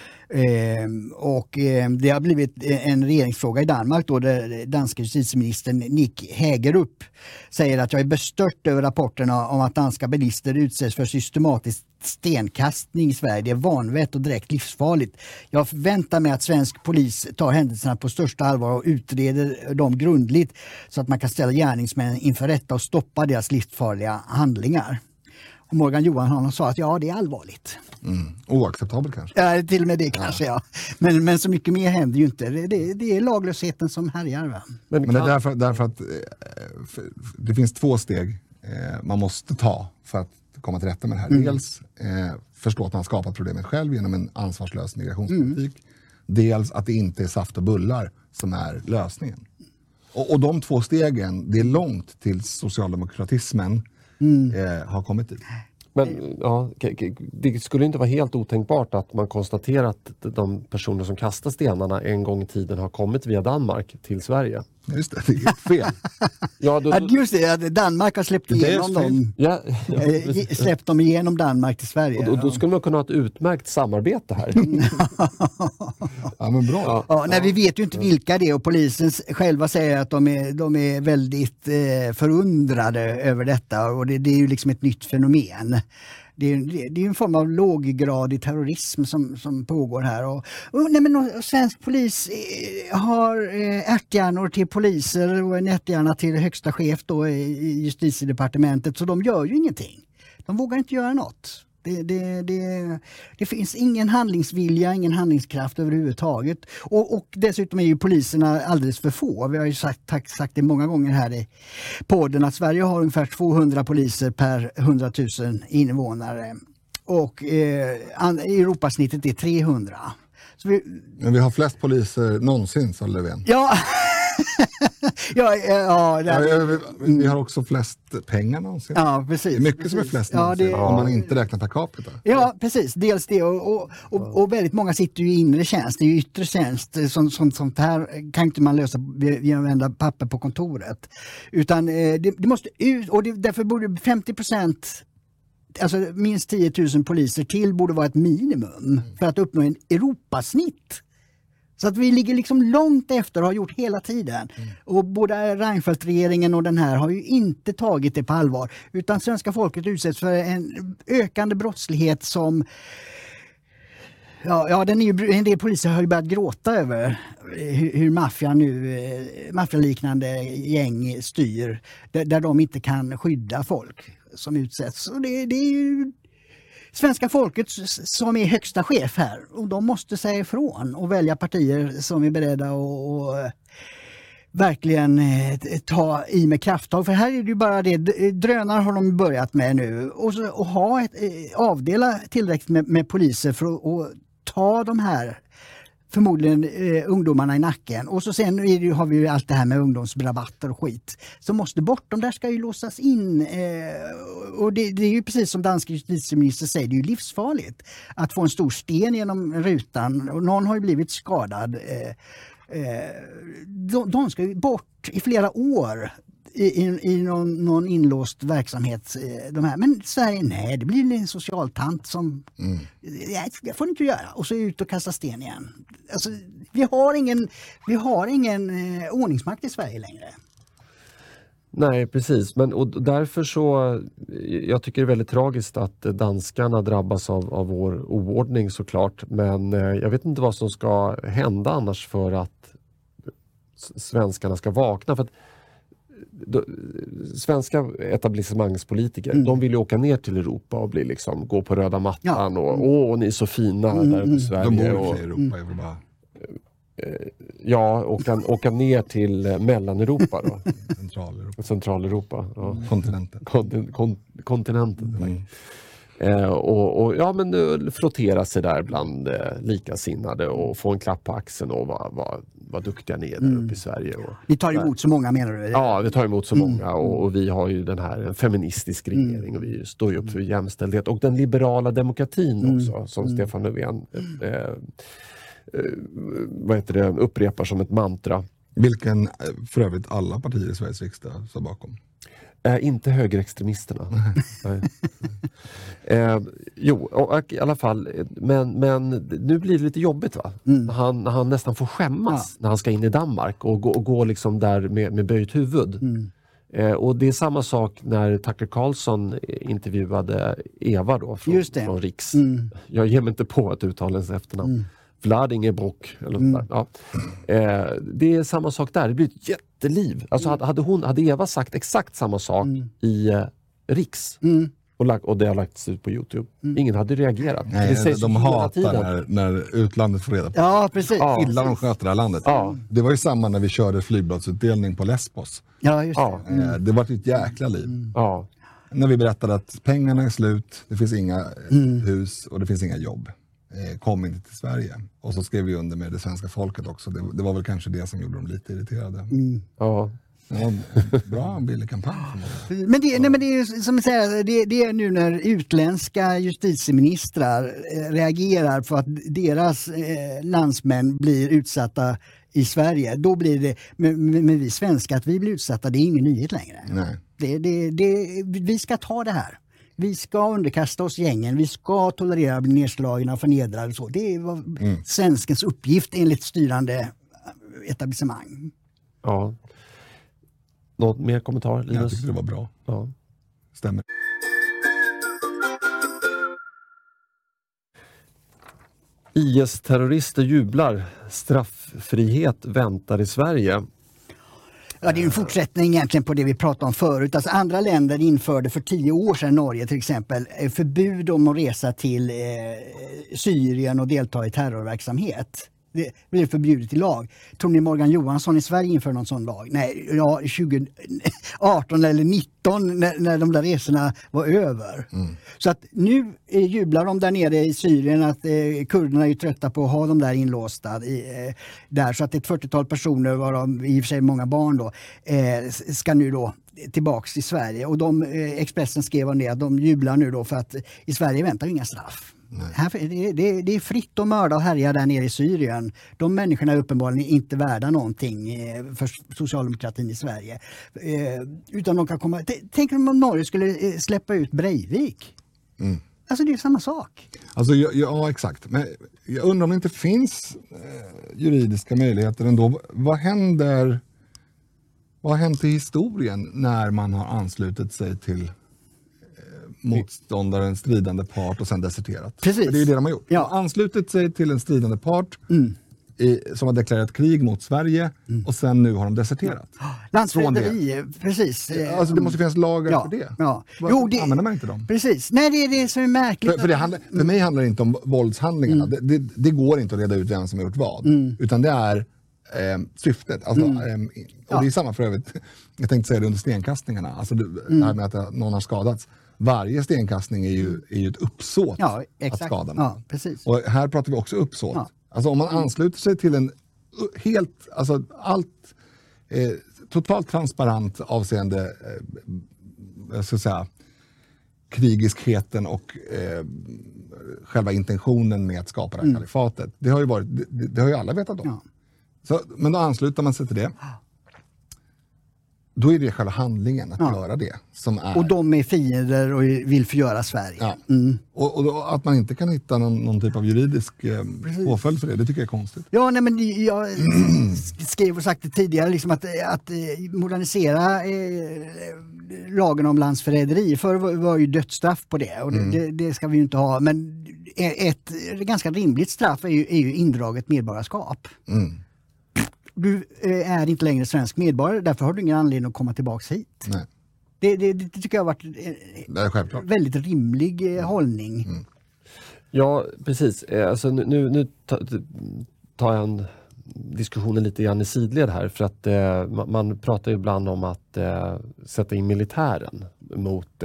Det har blivit en regeringsfråga i Danmark då, där danska justitieministern Nick Hagerup säger att jag är bestört över rapporterna om att danska bilister utsätts för systematisk stenkastning i Sverige. Det är vanvett och direkt livsfarligt. Jag förväntar mig att svensk polis tar händelserna på största allvar och utreder dem grundligt så att man kan ställa gärningsmän inför rätta och stoppa deras livsfarliga handlingar. Och Morgan Johansson sa att det är allvarligt. Oacceptabelt kanske. Ja, till och med det kanske, ja. Men så mycket mer händer ju inte. Det är laglösheten som härjar. Va? Men det är därför att det finns 2 steg man måste ta för att komma till rätta med det här. Dels förstå att man har skapat problemet själv genom en ansvarslös migrationspolitik. Dels att det inte är saft och bullar som är lösningen. Och de 2 stegen, det är långt till socialdemokratismen har kommit dit. Men det skulle inte vara helt otänkbart att man konstaterar att de personer som kastar stenarna en gång i tiden har kommit via Danmark till Sverige. Just det är fel. Just det, Danmark har släppt igenom dem. Släppt dem igenom Danmark till Sverige. Och då skulle man kunna ha ett utmärkt samarbete här. Ja, men bra. Nej, vi vet ju inte vilka det är, och polisen själva säger att de är väldigt förundrade över detta, och det är ju liksom ett nytt fenomen. Det är en form av låggradig terrorism som pågår här. Och svensk polis har ärthjärnor till poliser och en ärthjärna till högsta chef då i justitiedepartementet, så de gör ju ingenting. De vågar inte göra något. Det finns ingen handlingsvilja, ingen handlingskraft överhuvudtaget. Och dessutom är ju poliserna alldeles för få. Vi har ju sagt det många gånger här i podden att Sverige har ungefär 200 poliser per 100 000 invånare. Och Europasnittet är 300. Men vi har flest poliser någonsin, sa Löfven. Ja. Vi har också flest pengar någonsin. Ja, precis. Det är mycket som är flest någonsin, om man inte räknar per capita. Ja, precis. Dels det och väldigt många sitter ju i inre tjänst. Det är ju yttre tjänst. Sånt här kan inte man lösa genom att vända papper på kontoret. Utan det måste ut, och därför borde 50%, alltså minst 10 000 poliser till borde vara ett minimum för att uppnå en Europasnitt. Så att vi ligger liksom långt efter och har gjort hela tiden. Och både Reinfeldt-regeringen och den här har ju inte tagit det på allvar. Utan svenska folket utsätts för en ökande brottslighet som... en del poliser har ju börjat gråta över hur maffialiknande gäng styr. Där de inte kan skydda folk som utsätts. Och det är ju... Svenska folket som är högsta chef här, och de måste säga ifrån och välja partier som är beredda att verkligen ta i med krafttag. För här är det ju bara det, drönare har de börjat med nu, och avdela tillräckligt med poliser för att ta de här förmodligen ungdomarna i nacken. Och så sen har vi ju allt det här med ungdomsrabatter och skit som måste bort. De där ska ju låsas in. Och det är ju precis som danska justitieminister säger, det är ju livsfarligt att få en stor sten genom rutan. Och någon har ju blivit skadad. De ska ju bort i flera år i någon inlåst verksamhet. Men Sverige, nej, det blir en socialtant som det får inte göra, och så ut och kasta sten igen. Alltså, vi har ingen ordningsmakt i Sverige längre. Nej, precis. Och därför så, jag tycker det är väldigt tragiskt att danskarna drabbas av vår oordning såklart. Men jag vet inte vad som ska hända annars för att svenskarna ska vakna. För att svenska etablissemangspolitiker, de vill ju åka ner till Europa och bli gå på röda mattan och ni är så fina där uppe i Sverige. De bor i Europa, jag vill bara... Ja, åka ner till Mellaneuropa då. Centraleuropa. Ja. Kontinenten. Frottera sig där bland likasinnade och få en klapp på axeln och vad duktiga ni är där uppe i Sverige. Vi tar emot så många, menar du? Ja, vi tar emot så många och vi har ju en feministisk regering och vi står ju upp för jämställdhet och den liberala demokratin också, som Stefan Löfven upprepar som ett mantra. Vilken för övrigt alla partier i Sveriges riksdag står bakom. Inte högerextremisterna. I alla fall. Men nu blir det lite jobbigt, va? Han nästan får skämmas när han ska in i Danmark och gå liksom där med böjt huvud. Och det är samma sak när Tucker Carlson intervjuade Eva då från Riks. Jag ger mig inte på att uttala hennes efternamn. Vladimir Brock eller det är samma sak där. Det blir ett jätteliv. Alltså hade Eva sagt exakt samma sak i Riks och det har lagts ut på YouTube. Ingen hade reagerat. Nej, de hatar när utlandet får reda på. Ja, precis. Illa de sköter det här landet. Ja. Det var ju samma när vi körde flygbladsutdelning på Lesbos. Ja, just det. Det var ett jäkla liv. När vi berättade att pengarna är slut, det finns inga hus och det finns inga jobb. Kom inte till Sverige. Och så skrev vi under med det svenska folket också. Det var väl kanske det som gjorde dem lite irriterade. Ja. Bra billig kampanj. Men det är som jag säger, det är nu när utländska justitieministrar reagerar på att deras landsmän blir utsatta i Sverige. Då blir det med vi svenskar att vi blir utsatta, det är ingen nyhet längre. Nej. Vi ska ta det här. Vi ska underkasta oss gängen, vi ska tolerera att bli nedslagna och förnedrade. Så. Det är svenskens uppgift enligt styrande etablissemang. Ja. Något mer kommentar, Linus? Jag tyckte det var bra. Ja. Stämmer. IS-terrorister jublar. Strafffrihet väntar i Sverige. Ja, det är en fortsättning egentligen på det vi pratade om förut. Alltså andra länder införde för 10 år sedan, Norge till exempel, förbud om att resa till Syrien och delta i terrorverksamhet. Det blev förbjudet i lag. Tror ni Morgan Johansson i Sverige inför någon sån lag? Nej, 2018 eller 19 när de där resorna var över. Så att nu jublar de där nere i Syrien att kurderna är trötta på att ha dem där inlåsta där. Så att ett 40-tal personer, varav i och för sig många barn då, ska nu då tillbaks till Sverige. Och Expressen skrev om det att de jublar nu då för att i Sverige väntar inga straff. Det är fritt att mörda och härja där nere i Syrien. De människorna är uppenbarligen inte värda någonting för socialdemokratin i Sverige. Utan de kan komma... Tänk om Norge skulle släppa ut Breivik. Alltså det är samma sak. Alltså, ja, exakt. Men jag undrar om det inte finns juridiska möjligheter ändå. Vad har hänt i historien när man har anslutit sig till motståndaren, stridande part och sen deserterat? Precis. För det är det de har gjort. Ja. De har anslutit sig till en stridande part som har deklarerat krig mot Sverige och sen nu har de deserterat. Landsförräderi, precis. Alltså det måste finnas lagar för det. Ja. Använder man inte dem? Precis. Nej, det är det som är märkligt. För mig handlar det inte om våldshandlingarna. Det går inte att reda ut vem som har gjort vad. Utan det är syftet. Alltså, och det är samma för övrigt. Jag tänkte säga det under stenkastningarna. Alltså det här med att någon har skadats. Varje stenkastning är ju ett uppsåt att skada någon. Ja, precis. Och här pratar vi också uppsåt. Ja. Alltså om man ansluter sig till en helt, alltså allt totalt transparent avseende jag ska säga krigiskheten och själva intentionen med att skapa det här kalifatet. Det har ju alla vetat om. Ja. Så, men då ansluter man sig till det. Då är det själva handlingen att göra det. Som är... Och de är fiender och vill förgöra Sverige. Ja. Och då, att man inte kan hitta någon typ av juridisk påföljd för det tycker jag är konstigt. Ja, nej, men jag skrev och sagt det tidigare liksom att modernisera lagen om landsförräderi. Förr var ju dödsstraff på det och det ska vi ju inte ha. Men ett ganska rimligt straff är ju indraget medborgarskap. Du är inte längre svensk medborgare, därför har du ingen anledning att komma tillbaka hit. Nej. Det tycker jag har varit en väldigt rimlig hållning. Ja, precis. Alltså, nu tar jag diskussionen lite grann i sidled här, för att man pratar ibland om att sätta in militären mot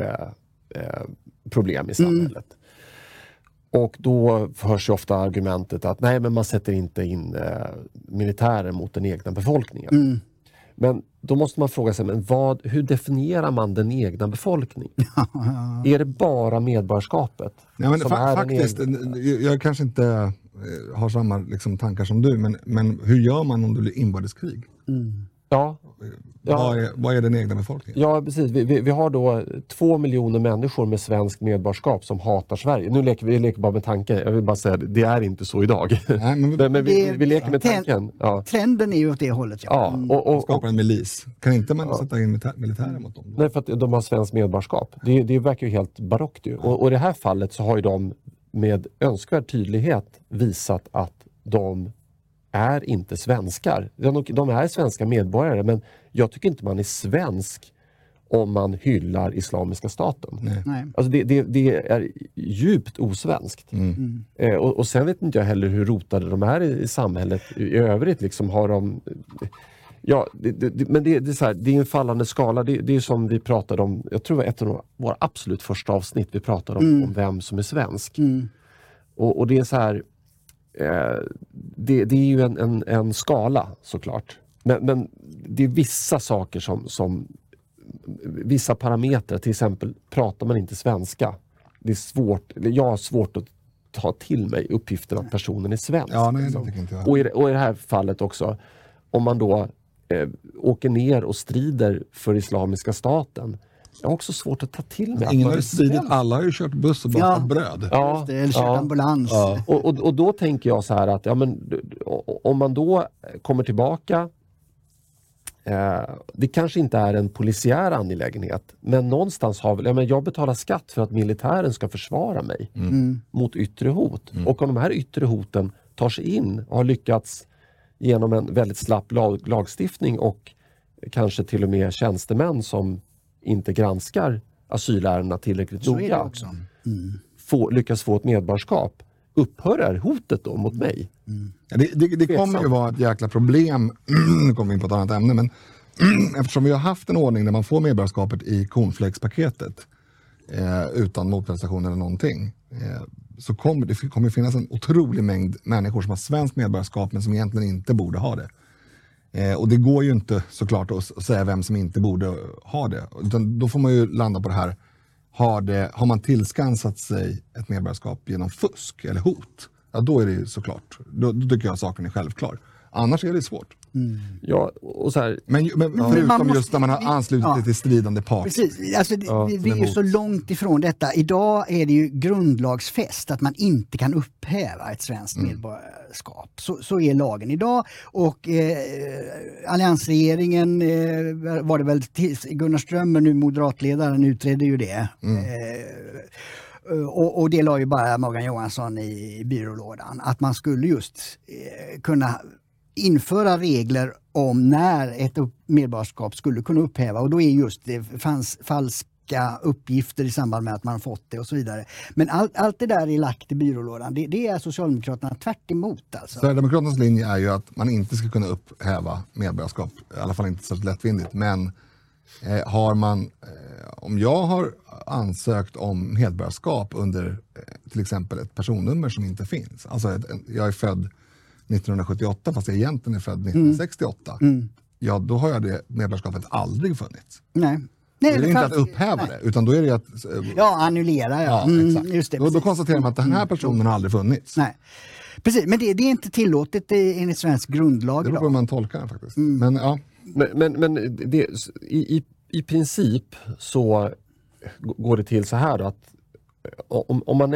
problem i samhället. Och då hörs ju ofta argumentet att nej, men man sätter inte in militärer mot den egna befolkningen. Men då måste man fråga sig, men hur definierar man den egna befolkningen? Är det bara medborgarskapet? Ja, men faktiskt, jag kanske inte har samma liksom, tankar som du, men hur gör man om det blir inbördeskrig? Ja. Vad är den egna befolkningen? Ja, precis. Vi har då 2 miljoner människor med svensk medborgarskap som hatar Sverige. Nu leker bara med tanken. Jag vill bara säga att det är inte så idag. Nej, men vi leker med tanken. Ja. Trenden är ju åt det hållet. Ja. Och skapar en milis. Kan inte man sätta in militärer mot dem? Nej, för att de har svensk medborgarskap. Det verkar ju helt barockt ju. Och i det här fallet så har ju de med önskvärd tydlighet visat att de är inte svenskar. De är svenska medborgare, men jag tycker inte man är svensk om man hyllar Islamiska staten. Nej. Alltså det är djupt osvenskt. Och sen vet inte jag heller hur rotade de är i samhället i övrigt. Liksom har de... Ja, men det är så här, det är en fallande skala. Det är som vi pratade om, jag tror det var ett av våra absolut första avsnitt vi pratade om vem som är svensk. Och det är så här... Det är ju en skala såklart. Men det är vissa saker som vissa parametrar, till exempel pratar man inte svenska. Det är svårt, jag har svårt att ta till mig uppgiften att personen är svensk. Ja, nej, det tycker inte jag. Och i det här fallet också, om man då åker ner och strider för Islamiska staten. Jag har också svårt att ta till mig. Ingen har stridit, alla har ju kört buss och bakat bröd. Ja, eller kört ambulans. Ja. Och då tänker jag så här att om man då kommer tillbaka det kanske inte är en polisiär angelägenhet, men någonstans jag betalar skatt för att militären ska försvara mig mot yttre hot. Och om de här yttre hoten tar sig in och har lyckats genom en väldigt slapp lagstiftning och kanske till och med tjänstemän som inte granskar asylärendena tillräckligt noga lyckas få ett medborgarskap, upphör hotet då mot mig? Det kommer ju vara ett jäkla problem, nu kommer vi in på ett annat ämne, men eftersom vi har haft en ordning där man får medborgarskapet i cornflakespaketet utan motprestation eller någonting, så kommer det finnas en otrolig mängd människor som har svenskt medborgarskap men som egentligen inte borde ha det. Och det går ju inte såklart att säga vem som inte borde ha det. Utan då får man ju landa på det här. Har man tillskansat sig ett medborgarskap genom fusk eller hot? Ja, då är det ju såklart. Då tycker jag saken är självklar. Annars är det svårt. Ja, och så här, men förutom just när man har anslutit sig till stridande part. Precis, alltså, vi är ju så långt ifrån detta. Idag är det ju grundlagsfäst att man inte kan upphäva ett svenskt medborgarskap. Så är lagen idag. Och alliansregeringen var det väl Gunnar Strömmer, nu moderatledaren, utredde ju det. Och det la ju bara Morgan Johansson i byrålådan. Att man skulle just kunna införa regler om när ett medborgarskap skulle kunna upphäva, och då är just det fanns falska uppgifter i samband med att man fått det och så vidare. Men allt det där är lagt i byrålådan. Det är Socialdemokraterna tvärt emot alltså. Sverigedemokraternas linje är ju att man inte ska kunna upphäva medborgarskap, i alla fall inte så lättvindigt, men om jag har ansökt om medborgarskap under till exempel ett personnummer som inte finns, alltså jag är född 1978 fast jag egentligen är född 1968, ja då har jag det medborgarskapet aldrig funnits. Nej, det är inte att upphäva det, utan då är det att annullera. Ja, exakt. Just det, då konstaterar man att den här personen har aldrig funnits. Nej. Precis, men det är inte tillåtet enligt svensk grundlag. Det beror på hur man tolkar den faktiskt. Men ja. Men det, i princip så går det till så här då, att om man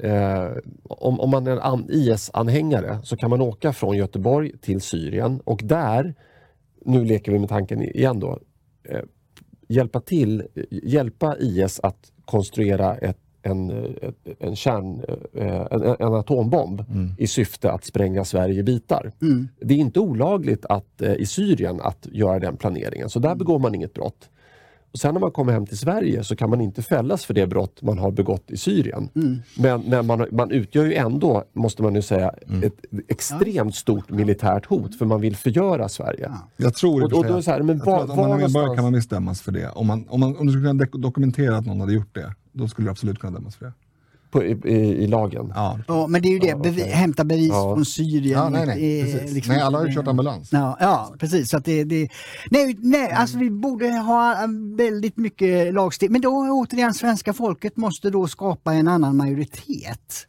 är en IS-anhängare så kan man åka från Göteborg till Syrien och där, nu leker vi med tanken igen då, hjälpa IS att konstruera en atombomb i syfte att spränga Sverige i bitar. Det är inte olagligt i Syrien att göra den planeringen, så där begår man inget brott. Och sen när man kommer hem till Sverige så kan man inte fällas för det brott man har begått i Syrien. Men man utgör ju ändå, måste man nu säga, ett extremt stort militärt hot, för man vill förgöra Sverige. Jag tror och då är så här, men om man är medborgare kan man misstämmas för det. Om du skulle kunna dokumentera att någon hade gjort det, då skulle du absolut kunna dömas för det. I lagen? Ja, men det är ju det. Hämta bevis från Syrien. Nej, alla har ju kört ambulans. Ja, precis. Så att nej, alltså vi borde ha väldigt mycket lagstiftning. Men då återigen, svenska folket måste då skapa en annan majoritet.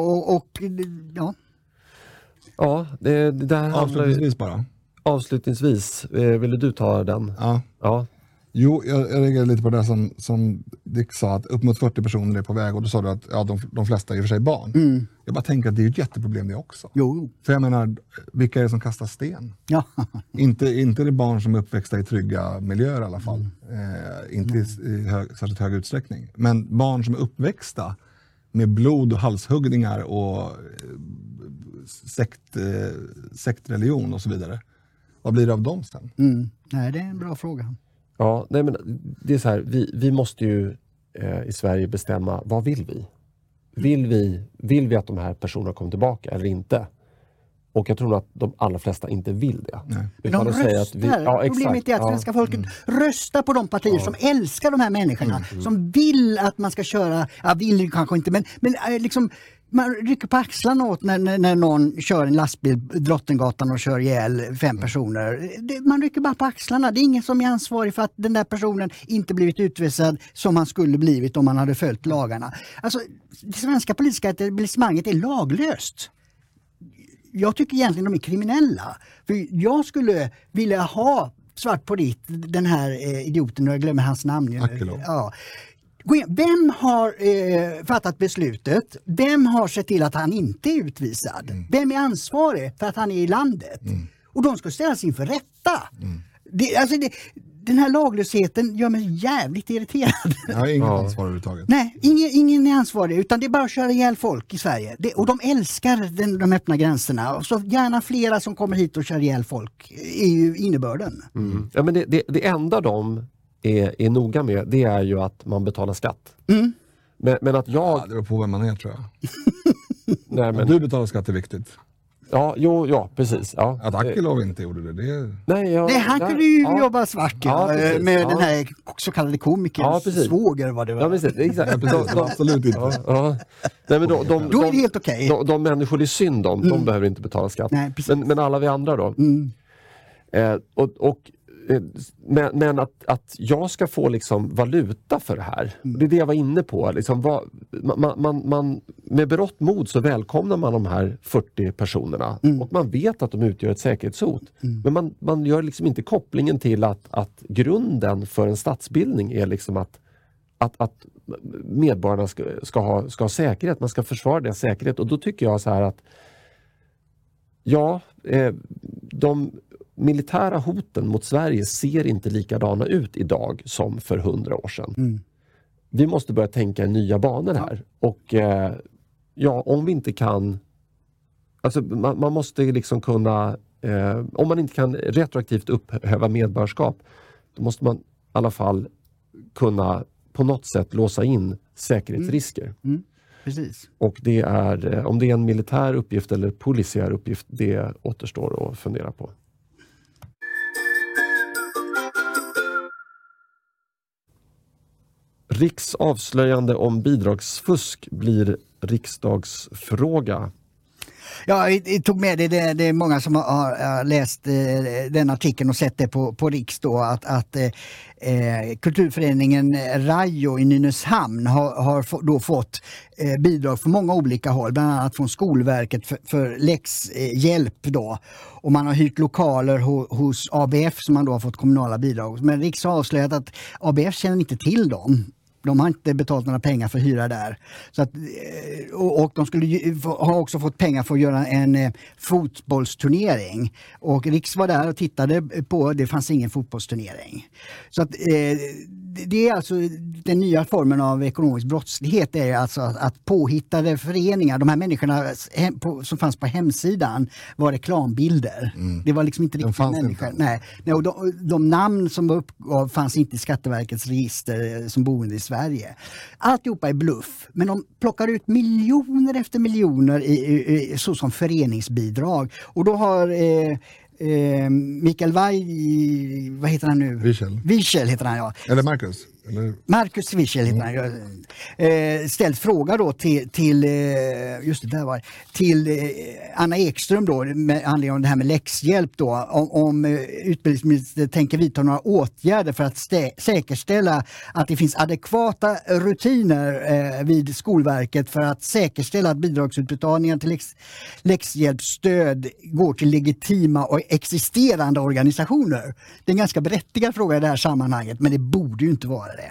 Ja, det där avslutningsvis bara. Avslutningsvis, vill du ta den? Ja. Jo, jag reagerade lite på det som Dick sa, att upp mot 40 personer är på väg, och då sa du att de flesta är i och för sig barn. Jag bara tänker att det är ett jätteproblem det också. Jo. För jag menar, vilka är det som kastar sten? Ja. Inte det barn som är uppväxta i trygga miljöer i alla fall. Inte i särskilt hög utsträckning. Men barn som är uppväxta med blod och halshuggningar och sektreligion och så vidare. Vad blir det av dem sen? Nej, det är en bra fråga. Ja, nej, men det är så här, vi måste ju i Sverige bestämma, vad vill vi? Vill vi att de här personerna kommer tillbaka eller inte? Och jag tror att de allra flesta inte vill det. De röstar. Problemet är att svenska folket röstar på de partier som älskar de här människorna. Som vill att man ska köra, vill kanske inte, men liksom man rycker på axlarna åt när någon kör en lastbil Drottninggatan och kör ihjäl 5 personer. Man rycker bara på axlarna. Det är ingen som är ansvarig för att den där personen inte blivit utvisad som han skulle blivit om man hade följt lagarna. Alltså, det svenska politiska etablissemanget är laglöst. Jag tycker egentligen de är kriminella. För jag skulle vilja ha svart på ditt, den här idioten, jag glömmer hans namn. Ja. Vem har fattat beslutet? Vem har sett till att han inte är utvisad? Vem är ansvarig för att han är i landet? Och de ska ställas inför rätta. Den här laglösheten gör mig jävligt irriterad. Jag har inget ansvar överhuvudtaget. Nej, ingen är ansvarig, utan det är bara att köra ihjäl folk i Sverige. Och de älskar de öppna gränserna. Och så gärna flera som kommer hit och kör ihjäl folk är ju innebörden. Mm. Ja, men det enda de är noga med, det är ju att man betalar skatt. Mm. Men att jag... Ja, det beror på vem man är, tror jag. Nej, men... Du betalar skatt är viktigt. Ja, precis. Ja. Att Akilov inte gjorde det... Nej, han kunde ju jobba svart med den här så kallade komikern svåger, vad det var. Ja, precis. Exakt. Absolut inte. Nej, men då är det helt okej. De människor det är synd om, de behöver inte betala skatt. Nej, men alla vi andra då? Men att jag ska få liksom valuta för det här, det är det jag var inne på. Liksom man med berått mod så välkomnar man de här 40 personerna och man vet att de utgör ett säkerhetshot. Men man gör liksom inte kopplingen till att grunden för en statsbildning är liksom att medborgarna ska ha säkerhet, man ska försvara deras säkerhet. Och då tycker jag så här att de militära hoten mot Sverige ser inte likadana ut idag som för 100 år sedan. Vi måste börja tänka i nya banor här. Och om vi inte kan... Alltså man måste liksom kunna... om man inte kan retroaktivt upphäva medborgarskap, då måste man i alla fall kunna på något sätt låsa in säkerhetsrisker. Precis. Och det är, om det är en militär uppgift eller polisiär uppgift, det återstår att fundera på. Riks avslöjande om bidragsfusk blir riksdagsfråga. Ja, jag tog med det är många som har läst den artikeln och sett det på Riks då, att kulturföreningen Rajo i Nynäshamn har då fått bidrag från många olika håll, bland annat från Skolverket för läxhjälp då. Och man har hyrt lokaler hos ABF som man då har fått kommunala bidrag. Men Riks har avslöjat att ABF känner inte till dem. De har inte betalt några pengar för hyra där. Så att, och de har också fått pengar för att göra en fotbollsturnering. Och Riks var där och tittade på, det fanns ingen fotbollsturnering. Så att det är alltså den nya formen av ekonomisk brottslighet, är alltså att påhittade föreningar, de här människorna som fanns på hemsidan var reklambilder. Det var liksom inte riktigt människor. Nej, och de namn som uppgav fanns inte i Skatteverkets register som boende i Sverige. Alltihopa är bluff, men de plockar ut miljoner efter miljoner så som föreningsbidrag. Och då har Mikael Waj, vad heter han nu? Wiechel heter han, ja. Eller Marcus. Marcus Wiechel heter han. Ställt fråga då till Anna Ekström då, med anledning av det här med läxhjälp då, om utbildningsministern tänker vidta några åtgärder för att säkerställa att det finns adekvata rutiner vid Skolverket för att säkerställa att bidragsutbetalningar till läxhjälpsstöd går till legitima och existerande organisationer. Det är en ganska berättigad fråga i det här sammanhanget, men det borde ju inte vara det.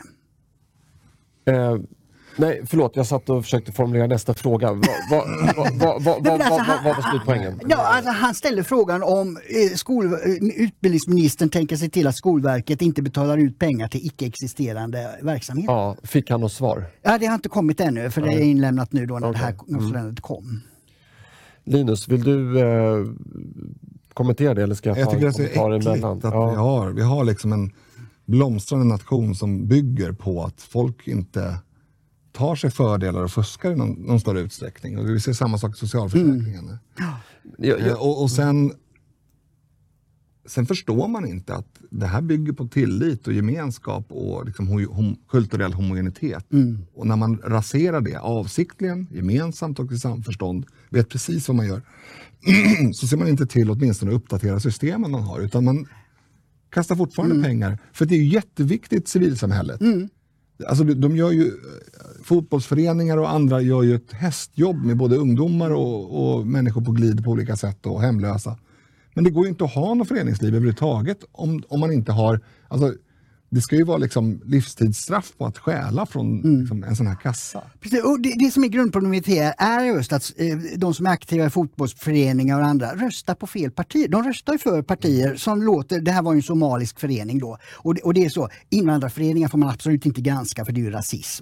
Nej, förlåt, jag satt och försökte formulera nästa fråga. Vad var slutpoängen? Ja, alltså, han ställer frågan om utbildningsministern tänker sig till att Skolverket inte betalar ut pengar till icke-existerande verksamhet. Ja, fick han något svar? Ja, det har inte kommit ännu, för det är inlämnat nu då när det här kom. Linus, vill du kommentera det, eller ska jag tycker det är äckligt att vi har liksom en blomstrande nation som bygger på att folk inte tar sig fördelar och fuskar i någon större utsträckning. Och vi ser samma sak i socialförsäkringen. Och sen förstår man inte att det här bygger på tillit och gemenskap och liksom kulturell homogenitet. Och när man raserar det avsiktligen, gemensamt och i samförstånd, vet precis vad man gör, så ser man inte till åtminstone att uppdatera systemen man har, utan man kastar fortfarande pengar. För det är ju jätteviktigt, civilsamhället. Alltså de gör ju, fotbollsföreningar och andra gör ju ett hästjobb med både ungdomar och människor på glid på olika sätt och hemlösa. Men det går ju inte att ha något föreningsliv överhuvudtaget om man inte har, alltså Det ska ju vara liksom livstidsstraff på att stjäla från liksom, en sån här kassa. Precis, och det som är grundproblemet här är just att de som är aktiva i fotbollsföreningar och andra röstar på fel partier. De röstar ju för partier som låter, det här var ju en somalisk förening då, och det är så, invandrarföreningar får man absolut inte granska för det är ju rasism.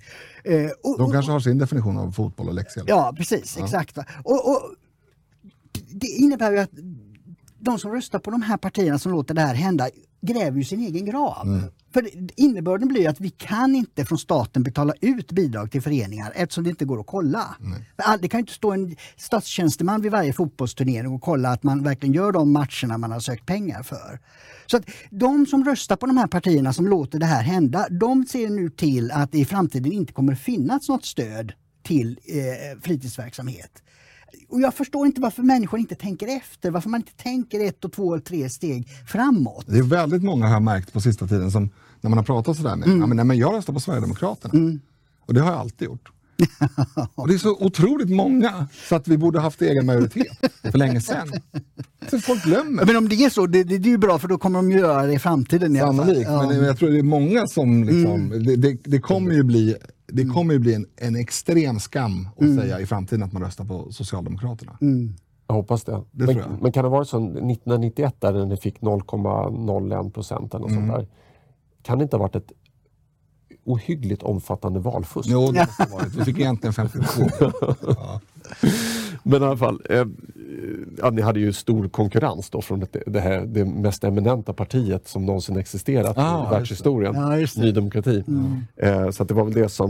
De kanske har sin definition av fotboll och läxhjälp. Ja, precis, exakt. Och det innebär ju att de som röstar på de här partierna som låter det här hända gräver ju sin egen grav. För innebörden blir att vi kan inte från staten betala ut bidrag till föreningar eftersom det inte går att kolla. Det kan ju inte stå en statstjänsteman vid varje fotbollsturnering och kolla att man verkligen gör de matcherna man har sökt pengar för. Så att de som röstar på de här partierna som låter det här hända, de ser nu till att det i framtiden inte kommer finnas något stöd till fritidsverksamhet. Och jag förstår inte varför människor inte tänker efter, varför man inte tänker 1, 2 eller 3 steg framåt. Det är väldigt många har märkt på sista tiden som när man har pratat sådär med, men jag röstar på Sverigedemokraterna. Och det har jag alltid gjort. Och det är så otroligt många så att vi borde haft egen majoritet för länge sedan. Så folk glömmer. Men om det är så, det är ju bra för då kommer de göra det i framtiden. Sannolikt, men jag tror det är många som liksom, det kommer ju bli det kommer ju bli en extrem skam att säga i framtiden att man röstar på Socialdemokraterna. Jag hoppas det. Men kan det vara så 1991 där ni fick 0,01% eller något sånt där? Kan det inte ha varit ett ohyggligt omfattande valfusk? Jo, det måste ha varit. Vi fick egentligen 52. Ja. Men i alla fall, ni hade ju stor konkurrens då från det mest eminenta partiet som någonsin existerat i världshistorien, Ny Demokrati. Så att det var väl det som...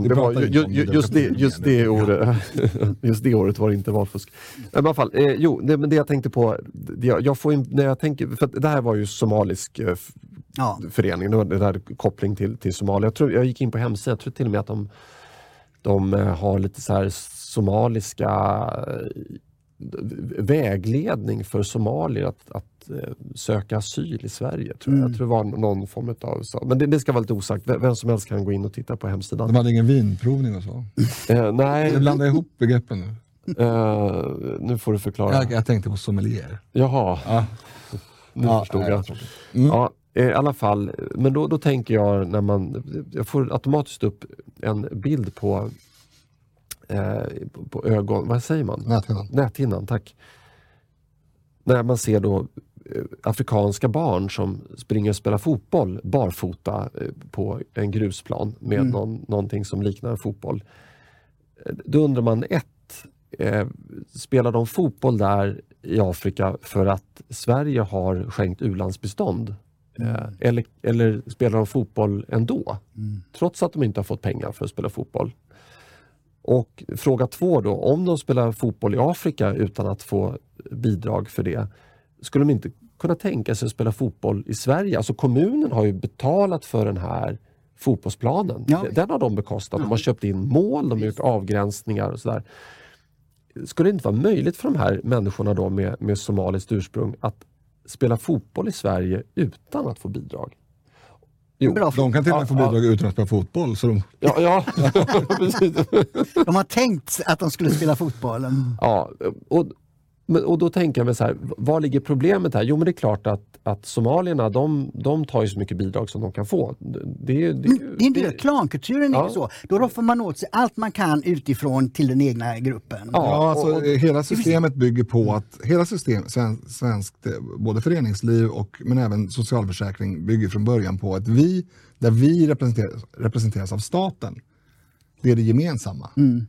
Just det året var det inte valfusk. Men i alla fall, men det jag tänkte på, jag får in, när jag tänker, för det här var ju somalisk förening, det där koppling till Somalia. Jag gick in på hemsidan, jag tror till och med att de har lite så här somaliska vägledning för somalier att söka asyl i Sverige. Jag tror det var någon form av så. Men det ska vara lite osagt. Vem som helst kan gå in och titta på hemsidan. De hade ingen vinprovning och så? Nej. Du blandar ihop begreppen nu. Nu får du förklara. Jag tänkte på sommelier. Jaha. Nu förstod jag. Ja, i alla fall. Men då tänker jag jag får automatiskt upp en bild på ögon, vad säger man? Näthinnan, tack. När man ser då afrikanska barn som springer och spelar fotboll barfota på en grusplan med någonting som liknar en fotboll. Då undrar man spelar de fotboll där i Afrika för att Sverige har skänkt u-landsbistånd? Eller spelar de fotboll ändå? Trots att de inte har fått pengar för att spela fotboll. Och fråga 2 då, om de spelar fotboll i Afrika utan att få bidrag för det, skulle de inte kunna tänka sig att spela fotboll i Sverige? Alltså kommunen har ju betalat för den här fotbollsplanen. Ja. Den har de bekostat. De har köpt in mål, de har gjort avgränsningar och sådär. Skulle det inte vara möjligt för de här människorna då med somaliskt ursprung att spela fotboll i Sverige utan att få bidrag? Jo, de kan till och med få bidrag utan att spela fotboll. Så Ja, precis. De har tänkt att de skulle spela fotboll. Ja, och då tänker jag mig så här, vad ligger problemet här? Jo, men det är klart att somalierna, de tar ju så mycket bidrag som de kan få. Det är en del klankulturen är så. Då roffar man åt sig allt man kan utifrån till den egna gruppen. Ja, alltså hela systemet bygger på att hela svenskt både föreningsliv men även socialförsäkring bygger från början på att vi representeras av staten. Det är det gemensamma.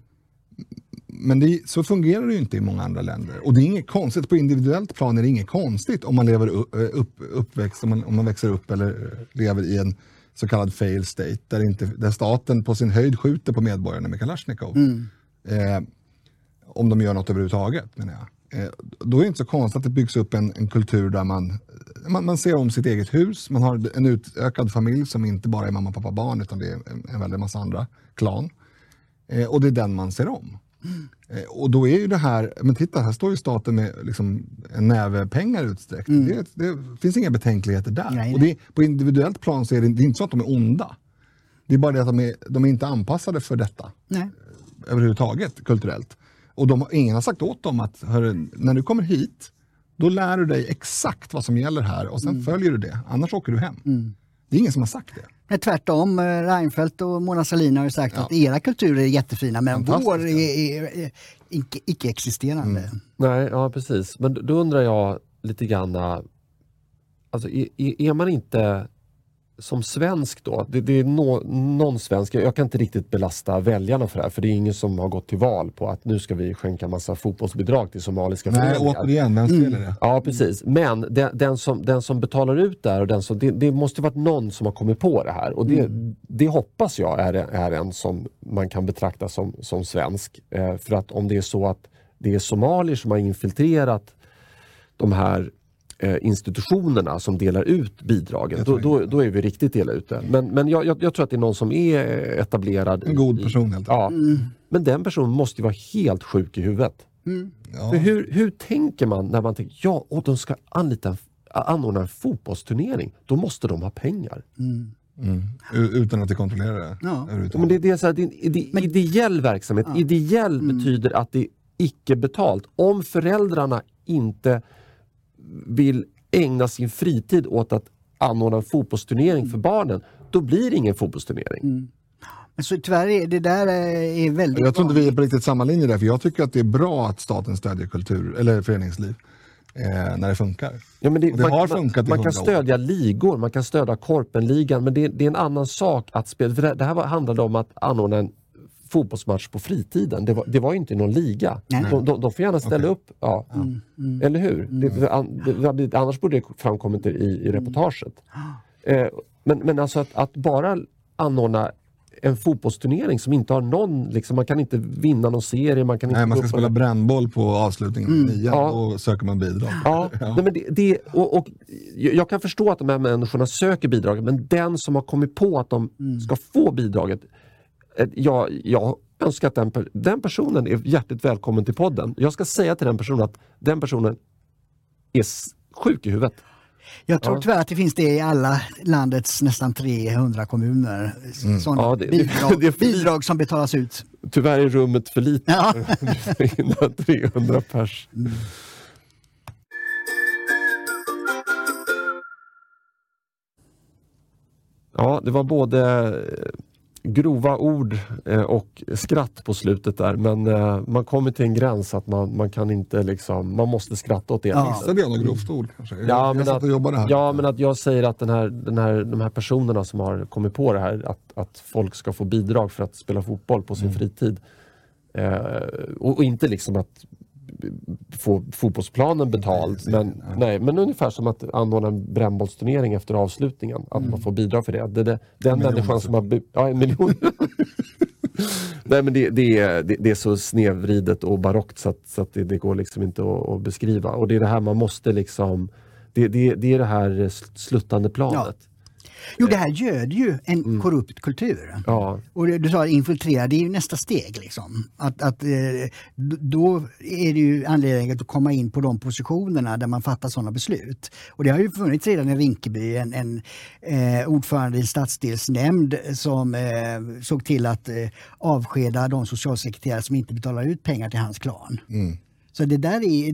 Men så fungerar det ju inte i många andra länder. Och det är inget konstigt. På individuellt plan är det inget konstigt om man lever uppväxt, om man växer upp eller lever i en så kallad fail state där staten på sin höjd skjuter på medborgarna med Kalashnikov. Om de gör något överhuvudtaget, menar jag. Då är det inte så konstigt att det byggs upp en kultur där man ser om sitt eget hus. Man har en utökad familj som inte bara är mamma, pappa, barn, utan det är en väldigt massa andra klan. Och det är den man ser om. Och då är ju det här, men titta, här står ju staten med liksom en näve pengar utsträckt. Det finns inga betänkligheter där. Nej. Och på individuellt plan så är det inte så att de är onda. Det är bara det att de är inte anpassade för detta. Nej. Överhuvudtaget, kulturellt. Och ingen har sagt åt dem att när du kommer hit, då lär du dig exakt vad som gäller här och sen följer du det. Annars åker du hem. Det är ingen som har sagt det. Men tvärtom, Reinfeldt och Mona Sahlin har ju sagt att era kulturer är jättefina, men vår är icke-existerande. Nej, ja precis. Men då undrar jag lite grann, alltså är man inte som svensk då, det är någon svensk, jag kan inte riktigt belasta väljarna för det här, för det är ingen som har gått till val på att nu ska vi skänka massa fotbollsbidrag till somaliska föreningar. Nej, återigen, vem spelar det? Ja, precis. Men den som betalar ut det här, och det måste varit någon som har kommit på det här. Och det hoppas jag är en som man kan betrakta som svensk. För att om det är så att det är somalier som har infiltrerat de här institutionerna som delar ut bidragen, då är vi riktigt illa ute. Men jag tror att det är någon som är etablerad. En god person helt enkelt. Ja. Men den personen måste ju vara helt sjuk i huvudet. Ja. För hur tänker man när man tänker, de ska anordna en fotbollsturnering, då måste de ha pengar. Utan att det kontrollerar det. Ja. Men det är så här, det är ideell verksamhet. Ideell betyder att det är icke betalt. Om föräldrarna inte vill ägna sin fritid åt att anordna en fotbollsturnering för barnen, då blir det ingen fotbollsturnering. Men så tyvärr det där är väldigt... Jag tror inte vi är på riktigt samma linje där, för jag tycker att det är bra att staten stödjer kultur eller föreningsliv när det funkar. Ja, men det har funkat i man kan 100 år. stödja ligor, man kan stödja Korpenligan, men det är en annan sak att spela. För det här handlade om att anordna en fotbollsmatch på fritiden. Det var ju inte någon liga. De får gärna ställa upp. Ja. Eller hur? Annars borde det framkommit i reportaget. Men alltså att bara anordna en fotbollsturnering som inte har någon, liksom, man kan inte vinna någon serie, man kan inte man ska spela brännboll på avslutningen 9 och söker man bidrag. Ja. Nej, men och jag kan förstå att de här människorna söker bidrag, men den som har kommit på att de ska få bidraget, jag önskar att den personen är hjärtligt välkommen till podden. Jag ska säga till den personen att den personen är sjuk i huvudet. Jag tror tyvärr att det finns det i alla landets nästan 300 kommuner. Sådana bidrag som betalas ut. Tyvärr är rummet för litet. Ja. 300 pers. Ja, det var både grova ord och skratt på slutet där, men man kommer till en gräns att man kan inte liksom, man måste skratta åt det. Ja, det är något grovt ord kanske. Men att jag säger att de här personerna som har kommit på det här, att folk ska få bidrag för att spela fotboll på sin fritid och inte liksom att få fotbollsplanen betald, men ungefär som att anordna en brännbollsturnering efter avslutningen, att man får bidrag för det. Den människan som har en miljon. Nej, men det är så snevridet och barockt så att det går liksom inte att beskriva. Och det är det här man måste liksom, det är det här sluttande planet. Ja. Jo, det här göder ju en korrupt kultur. Ja. Och du sa infiltrera, det är ju nästa steg liksom. Då är det ju anledningen att komma in på de positionerna där man fattar sådana beslut. Och det har ju funnits redan i Rinkeby en ordförande i stadsdelsnämnd som såg till att avskeda de socialsekreterare som inte betalar ut pengar till hans klan. Så det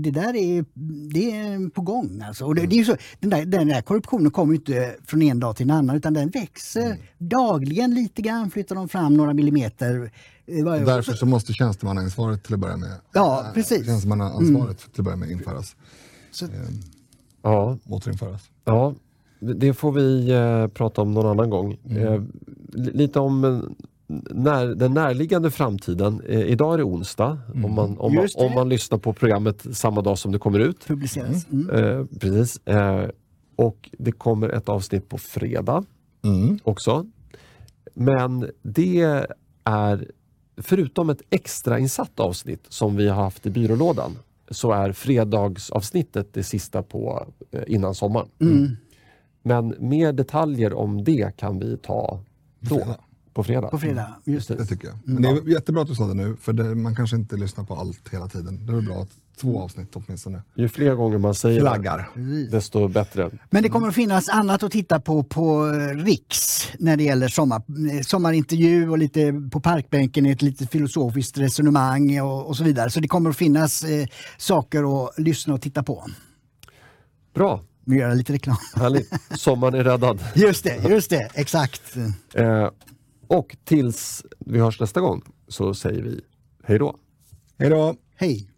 är på gång alltså. Och det är ju så, den där korruptionen kommer ju inte från en dag till en annan, utan den växer dagligen lite grann, flyttar de fram några millimeter. Därför så måste tjänstemannaansvaret till att börja med. Ja, precis. Tjänstemannaansvaret till att börja med införas. Återinföras. Ja, det får vi prata om någon annan gång. Lite om den närliggande framtiden. Idag är det onsdag, om man lyssnar på programmet samma dag som det kommer ut. Publiceras. Precis. Och det kommer ett avsnitt på fredag också. Men det är, förutom ett extrainsatt avsnitt som vi har haft i byrålådan, så är fredagsavsnittet det sista på innan sommaren. Men mer detaljer om det kan vi ta då. På fredag. Just det. Det tycker jag. Men det är jättebra att du sa det nu, för man kanske inte lyssnar på allt hela tiden. Det är bra att 2 avsnitt åtminstone. Ju fler gånger man säger flaggar, desto bättre. Men det kommer att finnas annat att titta på Riks när det gäller sommarintervju och lite på parkbänken, ett lite filosofiskt resonemang och så vidare. Så det kommer att finnas saker att lyssna och titta på. Bra. Nu gör jag lite reklam. Härligt. Sommaren är räddad. Just det, exakt. Och tills vi hörs nästa gång så säger vi hej då. Hej då! Hej.